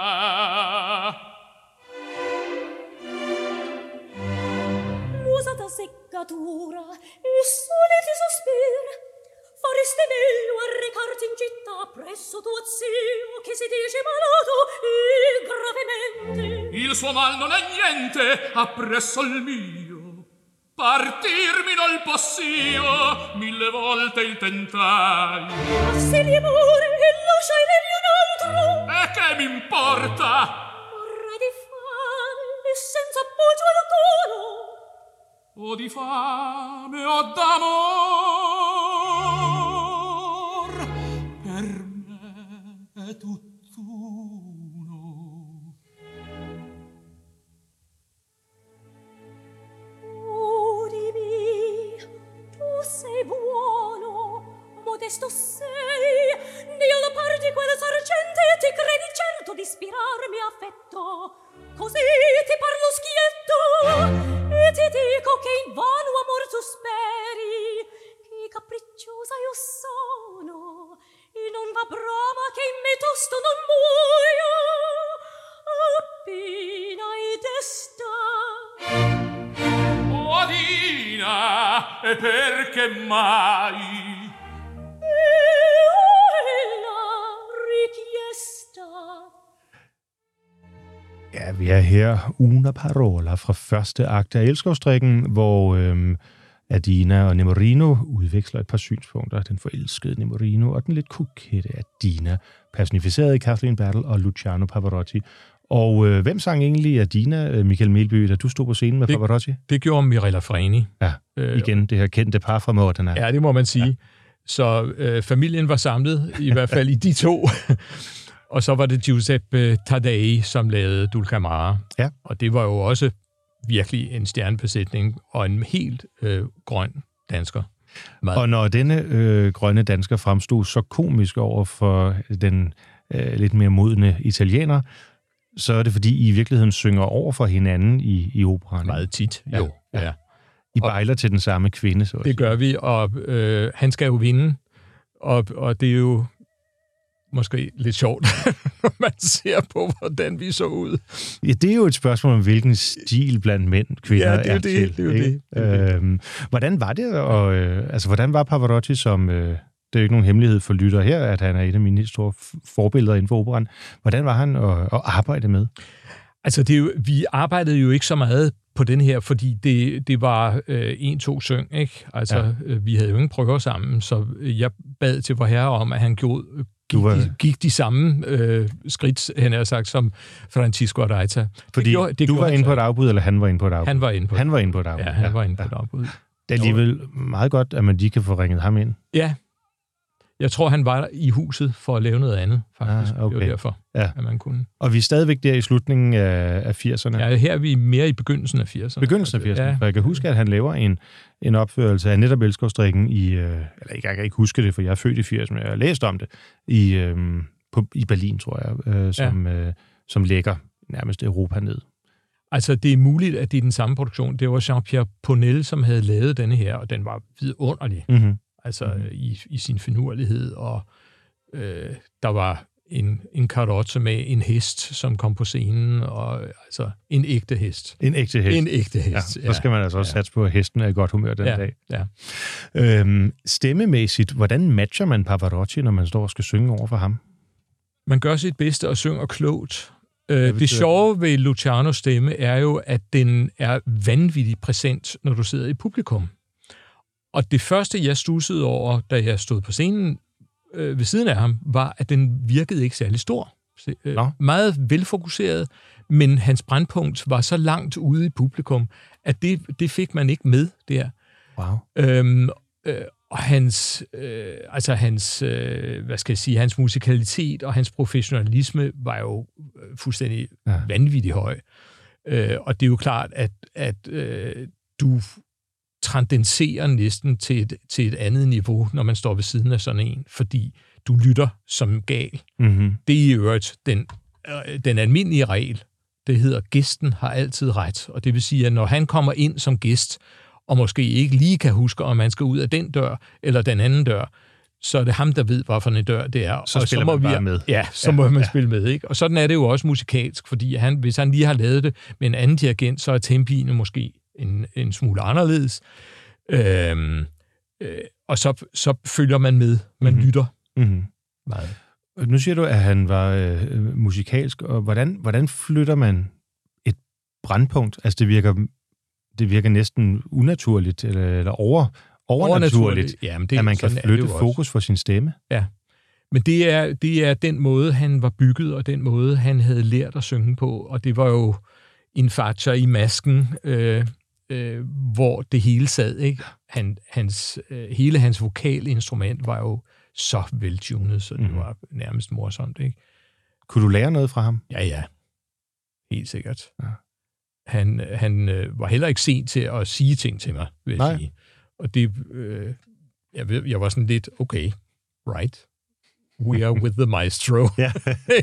Musata seccatura e soliti sospir, faresti meglio a recarti in città presso tuo zio che si dice malato e gravemente. Il suo mal non è niente appresso il mio. Partirmi non possio, mille volte il tentai. Ma se gli amore e lasciai le un altro, e che m'importa? morrai di fame e senza appoggio al colo. O di fame o d'amor, per me è tutt'uno. Sei buono, modesto sei, né alla par di quella sargente ti credi certo di ispirarmi affetto. Così ti parlo schietto e ti dico che in vano amor tu speri, che capricciosa io sono e non va brava che in me tosto non muoia, appena i desta. Adina, e perché mai? E la richiesta. Ja, vi er her Una Parola fra første akt af Elskovsdrikken, hvor øhm, Adina og Nemorino udveksler et par synspunkter. Den forelskede Nemorino og den lidt kokette Adina, personificeret i Kathleen Battle og Luciano Pavarotti. Og øh, hvem sang egentlig Adina, Michael Melby, da du stod på scenen med det, Pavarotti? Det gjorde Mirella Freni. Ja, igen det her kendte par fra Modena. Ja, det må man sige. Ja. Så øh, familien var samlet, i hvert fald i de to. Og så var det Giuseppe Taddei, som lavede Dulcamara. Ja. Og det var jo også virkelig en stjernebesætning og en helt øh, grøn dansker. Meget. Og når denne øh, grønne dansker fremstod så komisk over for den øh, lidt mere modne italiener, så er det, fordi I i virkeligheden synger over for hinanden i, i operaen. Meget tit, jo. Ja. Ja. I bejler og til den samme kvinde, så det gør vi, og øh, han skal jo vinde, og, og det er jo måske lidt sjovt, når man ser på, hvordan vi så ud. Ja, det er jo et spørgsmål om, hvilken stil blandt mænd kvinder ja, det er, er det, til. Det er jo det. det, er det. Øhm, hvordan var det, og, øh, altså, hvordan var Pavarotti som... Øh, det er jo ikke nogen hemmelighed for lytter her, at han er et af mine store forbileder inden for operan. Hvordan var han at, at arbejde med? Altså, det er jo, vi arbejdede jo ikke så meget på den her, fordi det, det var øh, en, to syng, ikke? Altså, ja. øh, vi havde jo ingen prøver sammen, så jeg bad til vor herre om, at han gjorde, gik, var... de, gik de samme øh, skridt, han har sagt, som Francisco Arraiza. Fordi det gjorde, det du var inde på et afbud, eller han var inde på et afbud? Han var inde på, han var inde på et afbud. Ja, han ja. var inde på et afbud. Det er alligevel meget godt, at man lige kan få ringet ham ind. Ja. Jeg tror, han var i huset for at lave noget andet, faktisk. Ah, okay. Det var derfor, ja. at man kunne. Og vi er stadigvæk der i slutningen af, af firserne. Ja, her er vi mere i begyndelsen af firserne. Begyndelsen af firserne. Ja. For jeg kan huske, at han laver en, en opførelse af netop Elskovsdrikken i... Øh, eller jeg kan ikke huske det, for jeg er født i firserne, men jeg har læst om det. I, øh, på, i Berlin, tror jeg, øh, som, ja. øh, som lægger nærmest Europa ned. Altså, det er muligt, at det er den samme produktion. Det var Jean-Pierre Ponel, som havde lavet denne her, og den var vidunderlig. Mm-hmm. Altså mm. i, i sin finurlighed, og øh, der var en, en karotse med en hest, som kom på scenen, og altså en ægte hest. En ægte hest. En ægte hest, ja. Så skal man altså også ja. satse på, at hesten er i godt humør den ja. dag. Ja. Øhm, stemmemæssigt, hvordan matcher man Pavarotti, når man står og skal synge over for ham? Man gør sit bedste og synger klogt. Øh, det sjove ved Lucianos stemme er jo, at den er vanvittigt præsent, når du sidder i publikum. Og det første, jeg studsede over, da jeg stod på scenen øh, ved siden af ham, var, at den virkede ikke særlig stor. Øh, meget velfokuseret, men hans brandpunkt var så langt ude i publikum, at det, det fik man ikke med der. Wow. Øhm, øh, og hans, øh, altså hans, øh, hvad skal jeg sige, hans musikalitet og hans professionalisme var jo fuldstændig ja. vanvittigt høj. Øh, og det er jo klart, at, at øh, du transcenderer næsten til et, til et andet niveau, når man står ved siden af sådan en, fordi du lytter som gal. Mm-hmm. Det er i øvrigt den, øh, den almindelige regel. Det hedder, gæsten har altid ret. Og det vil sige, at når han kommer ind som gæst, og måske ikke lige kan huske, om man skal ud af den dør eller den anden dør, så er det ham, der ved, hvad for en dør det er. Så og spiller så må man vi, bare med. Ja, så ja, må man ja. spille med. Ikke? Og sådan er det jo også musikalsk, fordi han, hvis han lige har lavet det med en anden dirigent, så er tempiene måske en, en smule anderledes. Øhm, øh, og så, så følger man med. Man mm-hmm. lytter mm-hmm. meget. Nu siger du, at han var øh, musikalsk, og hvordan, hvordan flytter man et brandpunkt? Altså, det virker, det virker næsten unaturligt, eller, eller over, overnaturligt, Jamen, det, at man kan flytte fokus for sin stemme. Ja, men det er, det er den måde, han var bygget, og den måde, han havde lært at synge på, og det var jo en faccia i masken, øh, øh, hvor det hele sad, ikke? Han, hans, øh, hele hans vokalinstrument var jo så veltunet, så det mm. var nærmest morsomt, ikke? Kunne du lære noget fra ham? Ja, ja. Helt sikkert. Ja. Han, han øh, var heller ikke sent til at sige ting til mig, vil jeg Nej. sige. Og det, øh, jeg, ved, jeg var sådan lidt, okay, right, we are with the maestro. Ja.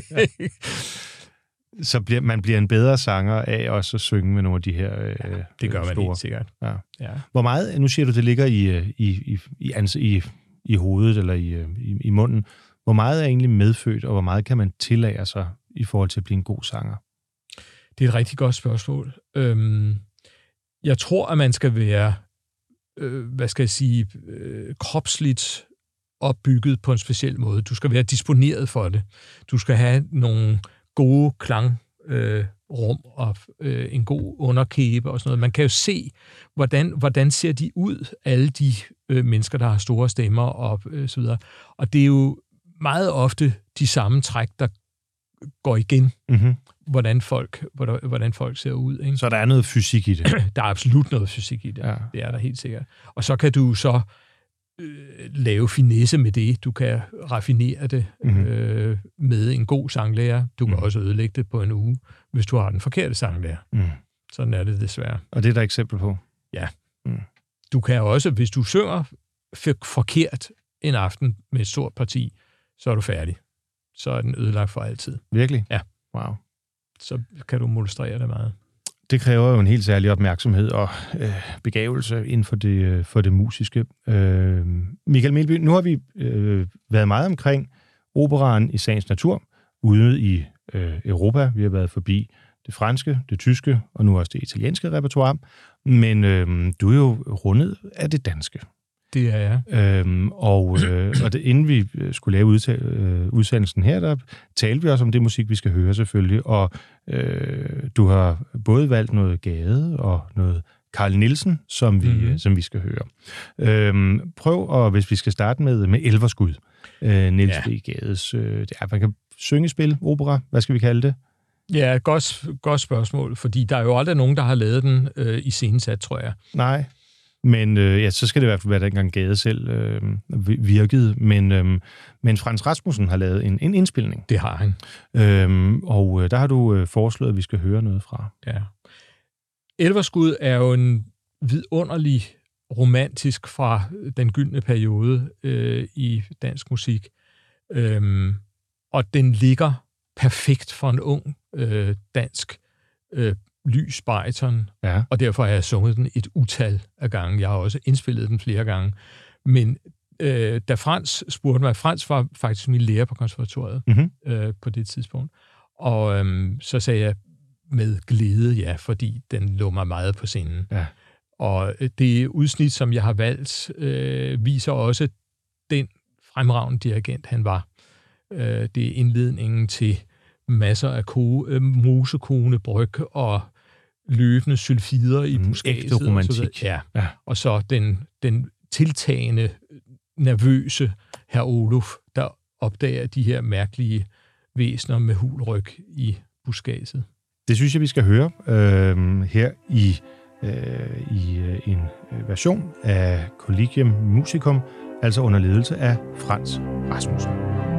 Så bliver, man bliver en bedre sanger af også at synge med nogle af de her øh, ja, det gør man store. helt sikkert. Ja. Ja. Hvor meget, nu siger du, det ligger i, i, i, i, i, i hovedet eller i, i, i munden. Hvor meget er egentlig medfødt, og hvor meget kan man tillære sig i forhold til at blive en god sanger? Det er et rigtig godt spørgsmål. Øhm, jeg tror, at man skal være, øh, hvad skal jeg sige, øh, kropsligt opbygget på en speciel måde. Du skal være disponeret for det. Du skal have nogle gode klangrum øh, og øh, en god underkæbe og sådan noget. Man kan jo se, hvordan, hvordan ser de ud, alle de øh, mennesker, der har store stemmer og øh, så videre. Og det er jo meget ofte de samme træk, der går igen, mm-hmm. hvordan, folk, hvordan folk ser ud. Ikke? Så der er noget fysik i det? Der er absolut noget fysik i det. Ja. Det er der helt sikkert. Og så kan du så øh, lave finesse med det. Du kan raffinere det mm-hmm. øh, med en god sanglærer. Du kan mm. også ødelægge det på en uge, hvis du har den forkerte sanglærer. Mm. Sådan er det desværre. Og det er der eksempel på? Ja. Mm. Du kan også, hvis du synger forkert en aften med et stort parti, så er du færdig. Så er den ødelagt for altid. Virkelig? Ja. Wow. Så kan du molestrere det meget. Det kræver jo en helt særlig opmærksomhed og øh, begavelse inden for det, øh, for det musiske. Øh, Michael Melby, nu har vi øh, været meget omkring operaen i sagens natur, ude i øh, Europa. Vi har været forbi det franske, det tyske og nu også det italienske repertoire. Men øh, du er jo rundet af det danske. Det er jeg. Øhm, og øh, og det, inden vi skulle lave udtal, øh, udsendelsen her, der talte vi også om det musik, vi skal høre selvfølgelig. Og øh, du har både valgt noget Gade og noget Carl Nielsen, som vi, mm-hmm. som vi skal høre. Øhm, prøv, og hvis vi skal starte med, med Elverskud, øh, Niels ja. V. Gades. Øh, det er, man kan synge, spille, opera, hvad skal vi kalde det? Ja, godt, godt spørgsmål, fordi der er jo aldrig nogen, der har lavet den øh, i scenesat, tror jeg. Nej. Men øh, ja, så skal det i hvert fald være dengang Gade selv øh, virkede. Men, øh, men Frans Rasmussen har lavet en, en indspilning. Det har han. Øhm, og øh, der har du øh, foreslået, at vi skal høre noget fra. Ja. Elverskud er jo en vidunderlig romantisk fra den gyldne periode øh, i dansk musik. Øhm, og den ligger perfekt for en ung øh, dansk øh, lys bariton, ja. Og derfor har jeg sunget den et utal af gange. Jeg har også indspillet den flere gange. Men øh, da Frans spurgte mig, Frans var faktisk min lærer på konservatoriet mm-hmm. øh, på det tidspunkt, og øh, så sagde jeg med glæde ja, fordi den lå mig meget på sinden. Ja. Og det udsnit, som jeg har valgt, øh, viser også den fremragende dirigent, han var. Øh, det er indledningen til masser af ko- øh, mosekone, bryg og løbende sylfider i buskaget. Ægte romantik. Ja. ja, og så den, den tiltagende nervøse herr Oluf, der opdager de her mærkelige væsener med hulryg i buskadset. Det synes jeg, vi skal høre øh, her i, øh, i øh, en version af Collegium Musicum, altså under ledelse af Frans Rasmussen.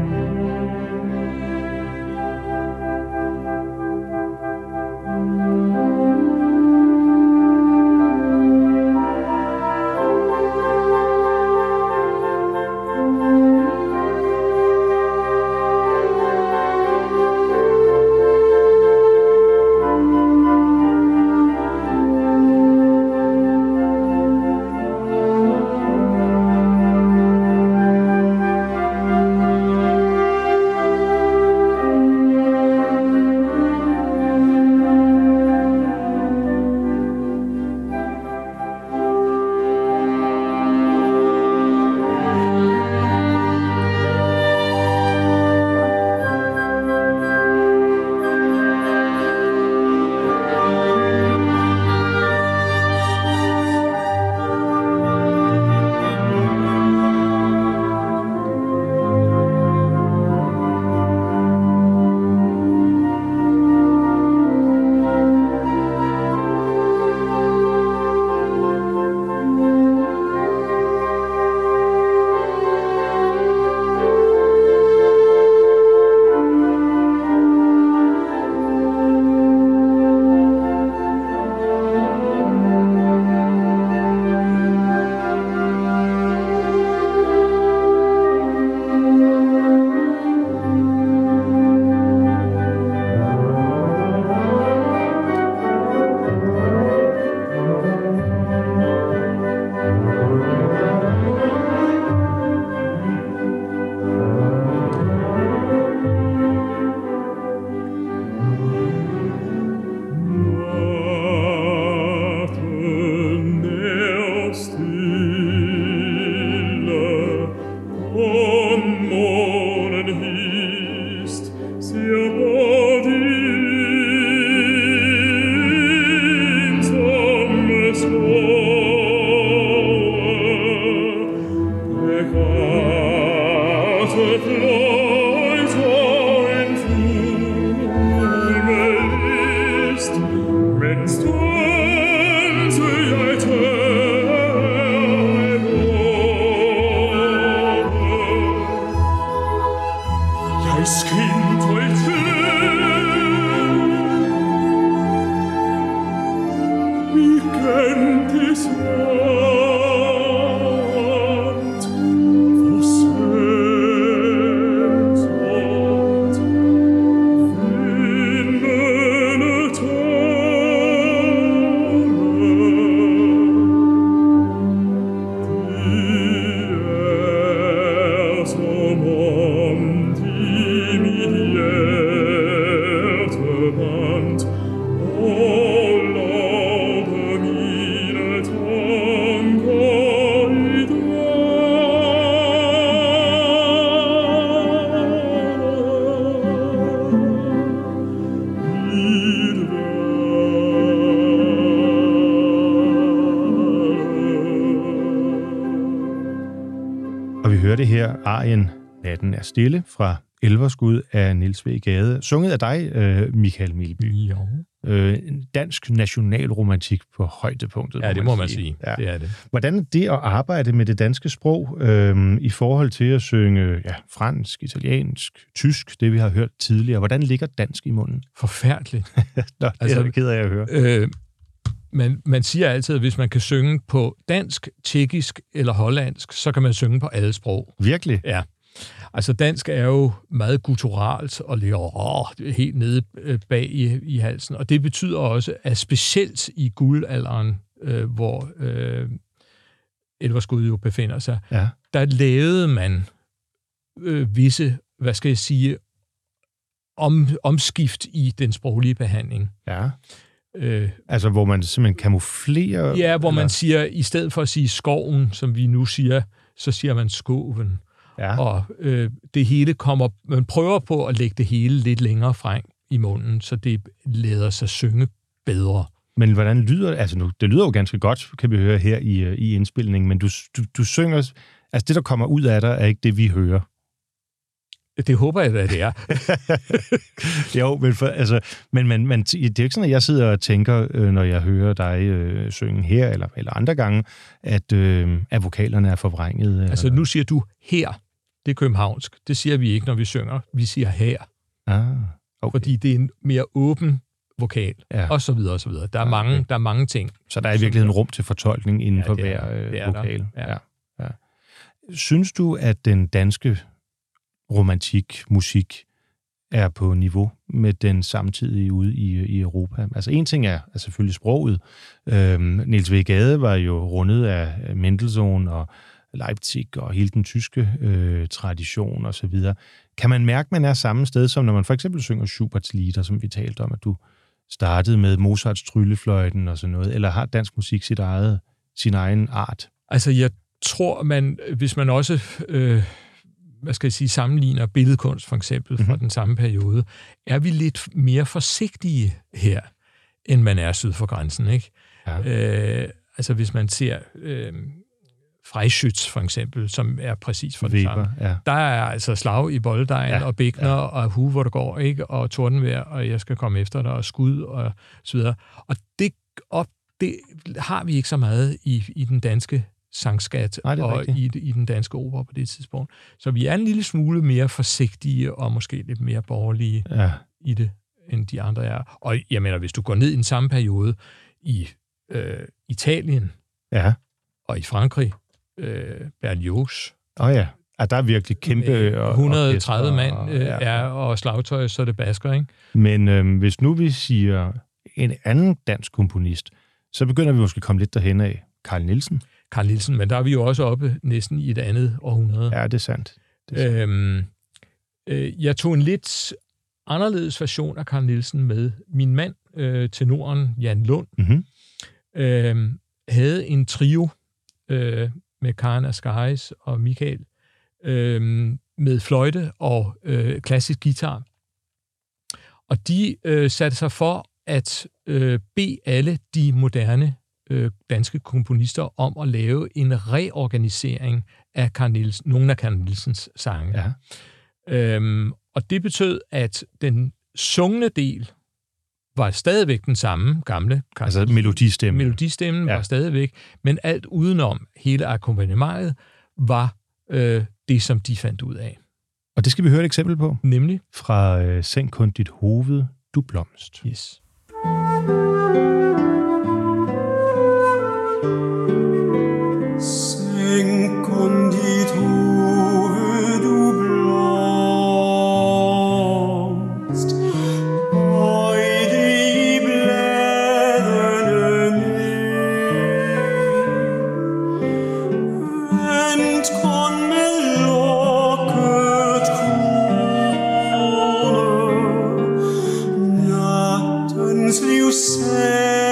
hørte her arien Natten er stille fra Elverskud af Niels W. Gade, sunget af dig, øh, Michael Milby. Ja. Øh, en dansk nationalromantik på højdepunktet. Ja, det må man sige. sige. Ja. Det er det. Hvordan er det at arbejde med det danske sprog øh, i forhold til at synge ja, fransk, italiensk, tysk, det vi har hørt tidligere? Hvordan ligger dansk i munden? Forfærdeligt. Nå, det altså, er jeg ked af at høre. Øh, man, man siger altid, at hvis man kan synge på dansk, tjekkisk eller hollandsk, så kan man synge på alle sprog. Virkelig? Ja. Altså dansk er jo meget gutturalt og ligger åh, helt nede bag i, i halsen, og det betyder også, at specielt i guldalderen, øh, hvor øh, Elverskud jo befinder sig, ja. der lavede man øh, visse, hvad skal jeg sige, om, omskift i den sproglige behandling. Ja. Øh, altså hvor man simpelthen kamuflerer? Ja, hvor eller? man siger, i stedet for at sige skoven, som vi nu siger, så siger man skoven. Ja. Og øh, det hele kommer, man prøver på at lægge det hele lidt længere frem i munden, så det lader sig synge bedre. Men hvordan lyder det? Altså nu, det lyder jo ganske godt, kan vi høre her i, i indspilningen, men du, du, du synger... Altså det, der kommer ud af dig, er ikke det, vi hører. Det håber jeg, at det er. jo, men, for, altså, men man, man, det er jo ikke sådan, at jeg sidder og tænker, øh, når jeg hører dig øh, synge her, eller, eller andre gange, at, øh, at vokalerne er forvrænget. Altså eller... nu siger du her. Det er københavnsk. Det siger vi ikke, når vi synger. Vi siger her. Ah, okay. Fordi det er en mere åben vokal, ja. og så videre, og så videre. Der er, okay. mange, der er mange ting. Så der er i virkeligheden rum til fortolkning inden ja, for hver øh, vokal. Ja. Ja. Ja. Synes du, at den danske romantik, musik, er på niveau med den samtidige ude i, i Europa? Altså en ting er, er selvfølgelig sproget. Øhm, Niels W. Gade var jo rundet af Mendelssohn og Leipzig og hele den tyske øh, tradition og så videre. Kan man mærke, at man er samme sted, som når man for eksempel synger Schuberts lieder, som vi talte om, at du startede med Mozarts Tryllefløjten og sådan noget, eller har dansk musik sit eget, sin egen art? Altså jeg tror, man, hvis man også øh, hvad skal jeg sige, sammenligner billedkunst for eksempel fra mm-hmm. den samme periode, er vi lidt mere forsigtige her, end man er syd for grænsen, ikke? Ja. Øh, altså hvis man ser øh, Freischütz for eksempel, som er præcis for det samme. Ja. Der er altså slag i bolddejen, ja. og bækner, ja. og hu, hvor det går, ikke? Og tordenvejr, og jeg skal komme efter dig, og skud, og så videre. Og det, op, det har vi ikke så meget i, i den danske sangskat Nej, og i, i den danske opera på det tidspunkt. Så vi er en lille smule mere forsigtige og måske lidt mere borgerlige ja. i det, end de andre er. Og jeg mener, hvis du går ned i den samme periode i øh, Italien ja. og i Frankrig, øh, Berlioz. Åh oh ja, at der er virkelig kæmpe... Og, et hundrede og tredive mand og, øh, ja. er, og slagtøj, så er det basker, ikke? Men øh, hvis nu vi siger en anden dansk komponist, så begynder vi måske at komme lidt derhen af Carl Nielsen. Carl Nielsen, men der er vi jo også oppe næsten i et andet århundrede. Ja, det er sandt. Det er sandt. Øhm, øh, jeg tog en lidt anderledes version af Carl Nielsen med. Min mand, øh, tenoren Jan Lund, mm-hmm. øh, havde en trio øh, med Karen Ascaris og Michael, øh, med fløjte og øh, klassisk guitar. Og de øh, satte sig for at øh, bede alle de moderne øh, danske komponister om at lave en reorganisering af Carl Nielsen, nogle af Carl Nielsens sange. Ja. Øhm, og det betød, at den sungne del var stadigvæk den samme, gamle Carl Altså melodistemmen. Melodistemmen ja. var stadigvæk, men alt udenom hele akkompagnementet var øh, det, som de fandt ud af. Og det skal vi høre et eksempel på. Nemlig? Fra øh, Sænk kun dit hoved, du blomst. Yes. Sænk kun dit hoved, du blomst. Bøj det i bladene ned. Vent kun med lukket krone. Nattens livs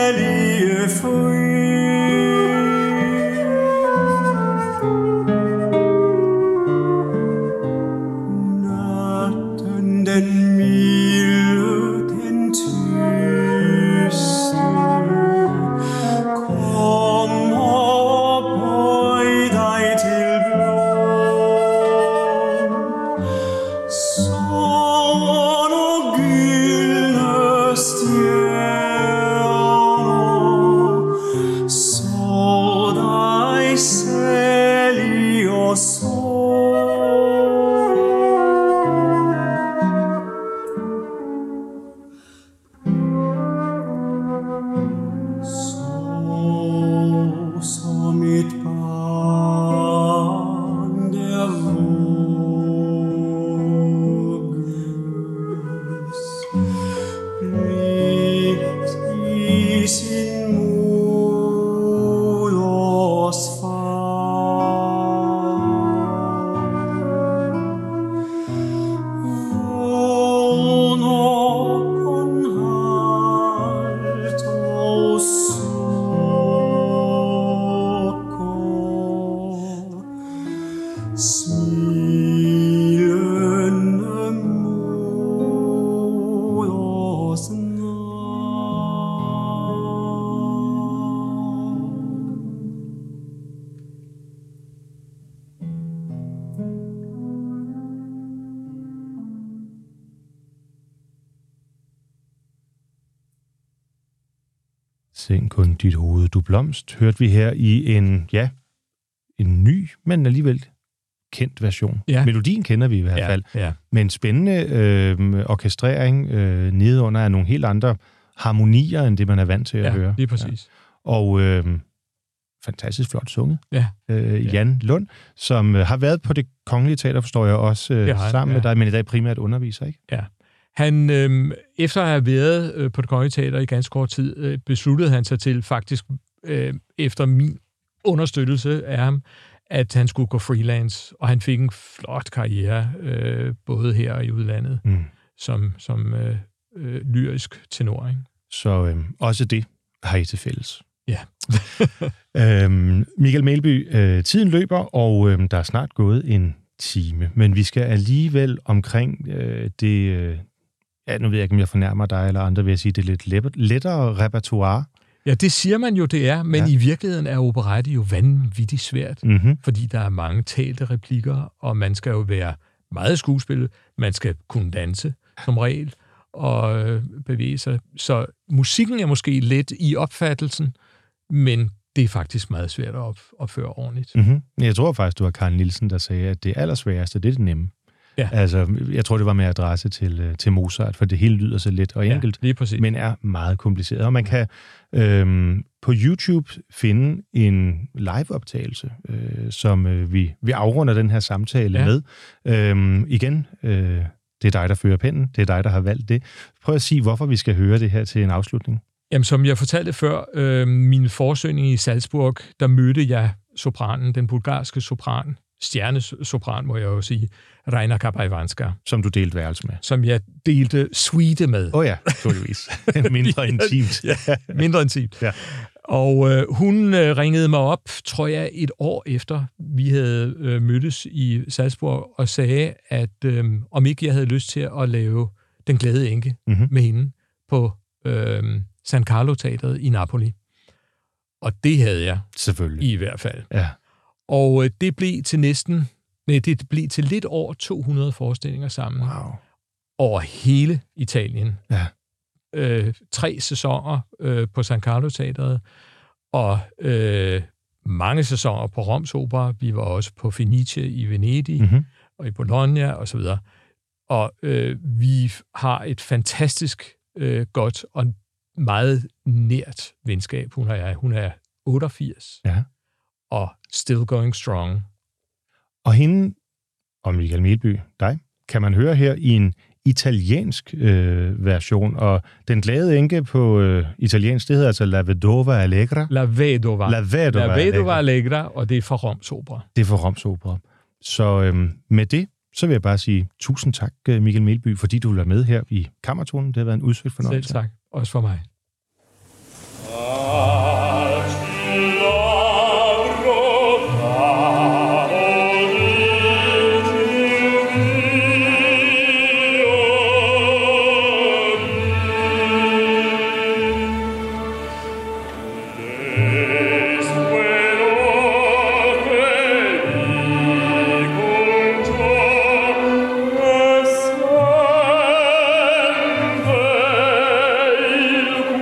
Sænk kun dit hoved, du blomst, hørte vi her i en, ja, en ny, men alligevel kendt version. Ja. Melodien kender vi i hvert Ja, fald. ja. Men en spændende øh, orkestrering øh, nedenunder af nogle helt andre harmonier, end det man er vant til at Ja, høre. lige præcis. Ja. Og øh, fantastisk flot sunget. Ja. Øh, Ja. Jan Lund, som øh, har været på Det Kongelige Teater, forstår jeg også, øh, Det har han, sammen ja. med dig, men i dag primært underviser, ikke? Ja. Han, øh, efter at have været øh, på Det Kongelige Teater i ganske kort tid, øh, besluttede han sig til faktisk, øh, efter min understøttelse af ham, at han skulle gå freelance, og han fik en flot karriere, øh, både her og i udlandet, Mm. som, som øh, øh, lyrisk tenor. Ikke? Så øh, også det har I til fælles. Ja. øhm, Michael Melby, øh, tiden løber, og øh, der er snart gået en time, men vi skal alligevel omkring øh, det, øh, ja, nu ved jeg ikke, om jeg fornærmer dig eller andre, vil jeg sige, det lidt let, lettere repertoire. Ja, det siger man jo, det er, men Ja. ja. i virkeligheden er operette jo vanvittigt svært, Mm-hmm. fordi der er mange talte replikker, og man skal jo være meget skuespillet, man skal kunne danse som regel, og øh, bevæge sig. Så musikken er måske let i opfattelsen, men det er faktisk meget svært at op- opføre ordentligt. Mm-hmm. Jeg tror faktisk, du var Karl Nielsen, der sagde, at det allersværeste, det er det nemme. Ja. Altså, jeg tror, det var med adresse til, øh, til Mozart, for det hele lyder så let og enkelt, Ja, lige præcis. men er meget kompliceret. Og man kan øhm, på YouTube finde en liveoptagelse, øh, som øh, vi, vi afrunder den her samtale Ja. med. Øhm, igen, øh, det er dig, der fører pennen. Det er dig, der har valgt det. Prøv at sige, hvorfor vi skal høre det her til en afslutning. Jamen, som jeg fortalte før, øh, min forsøgning i Salzburg, der mødte jeg sopranen, den bulgarske sopran, stjernesopran, må jeg jo sige, Reina Kapajvanska, Som du delte værelse med. som jeg delte suite med. Åh oh ja, naturligvis. Mindre intimt. Ja, mindre intimt. Ja. Og øh, hun øh, ringede mig op, tror jeg, et år efter, vi havde øh, mødtes i Salzburg, og sagde, at øh, om ikke jeg havde lyst til at lave Den Glade Enke Mm-hmm. med hende på øh, San Carlo-teatret i Napoli. Og det havde jeg Selvfølgelig. i hvert fald. Ja. Og øh, det blev til næsten, nej, det blev til lidt over to hundrede forestillinger sammen Wow. over hele Italien. Ja. Øh, tre sæsoner øh, på San Carlo-teatret, og øh, mange sæsoner på Roms Opera. Vi var også på Fenice i Venedig, Mm-hmm. og i Bologna, og så videre. Og øh, vi har et fantastisk øh, godt og meget nært venskab. Hun er, hun er otteogfirs, Ja. og still going strong. Og hende, og Michael Melby, dig, kan man høre her i en italiensk øh, version, og Den Glade Enke på øh, italiensk, det hedder altså La Vedova Allegra. La Vedova. La Vedova, La Vedova Allegra. Allegra, og det er fra Roms Opera. Det er for Roms Opera. Så øh, med det, så vil jeg bare sige tusind tak, Michael Melby, fordi du vil være med her i Kammertonen. Det har været en udsøgt fornøjelse. Selv tak. Også for mig. Il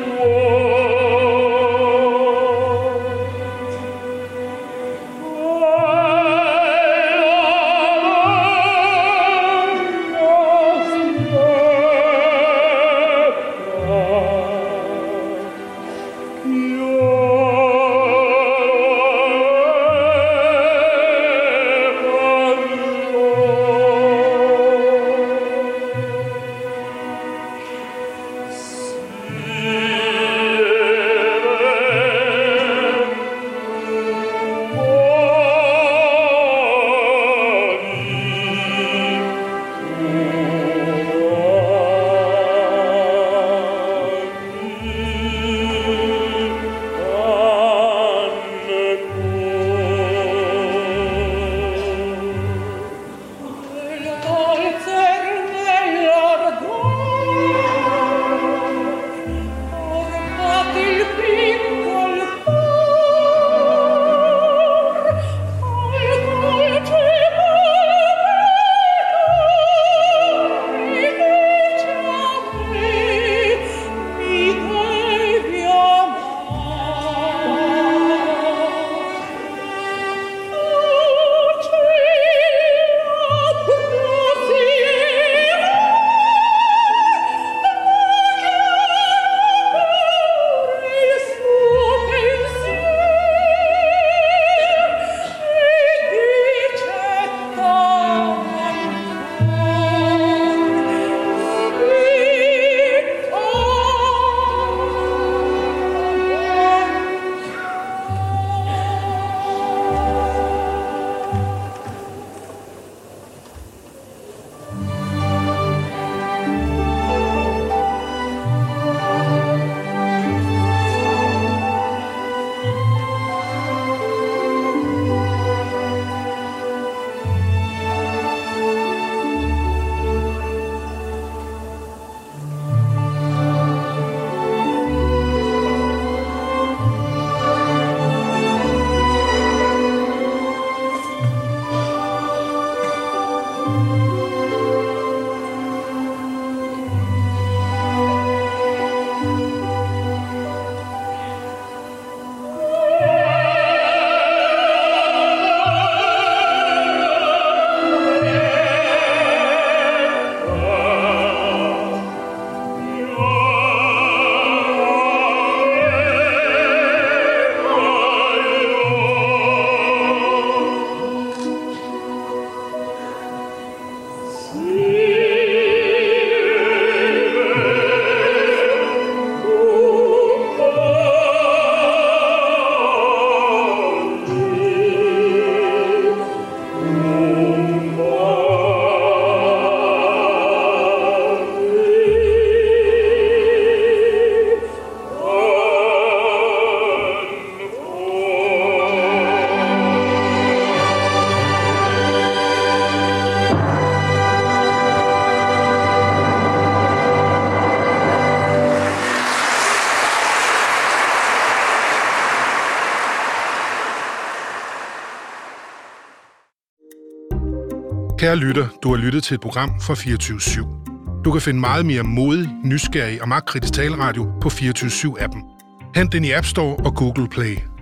Kære lytter, du har lyttet til et program fra fireogtyve syv. Du kan finde meget mere modig, nysgerrig og magtkritisk taleradio på fireogtyve syv appen. Hent den i App Store og Google Play.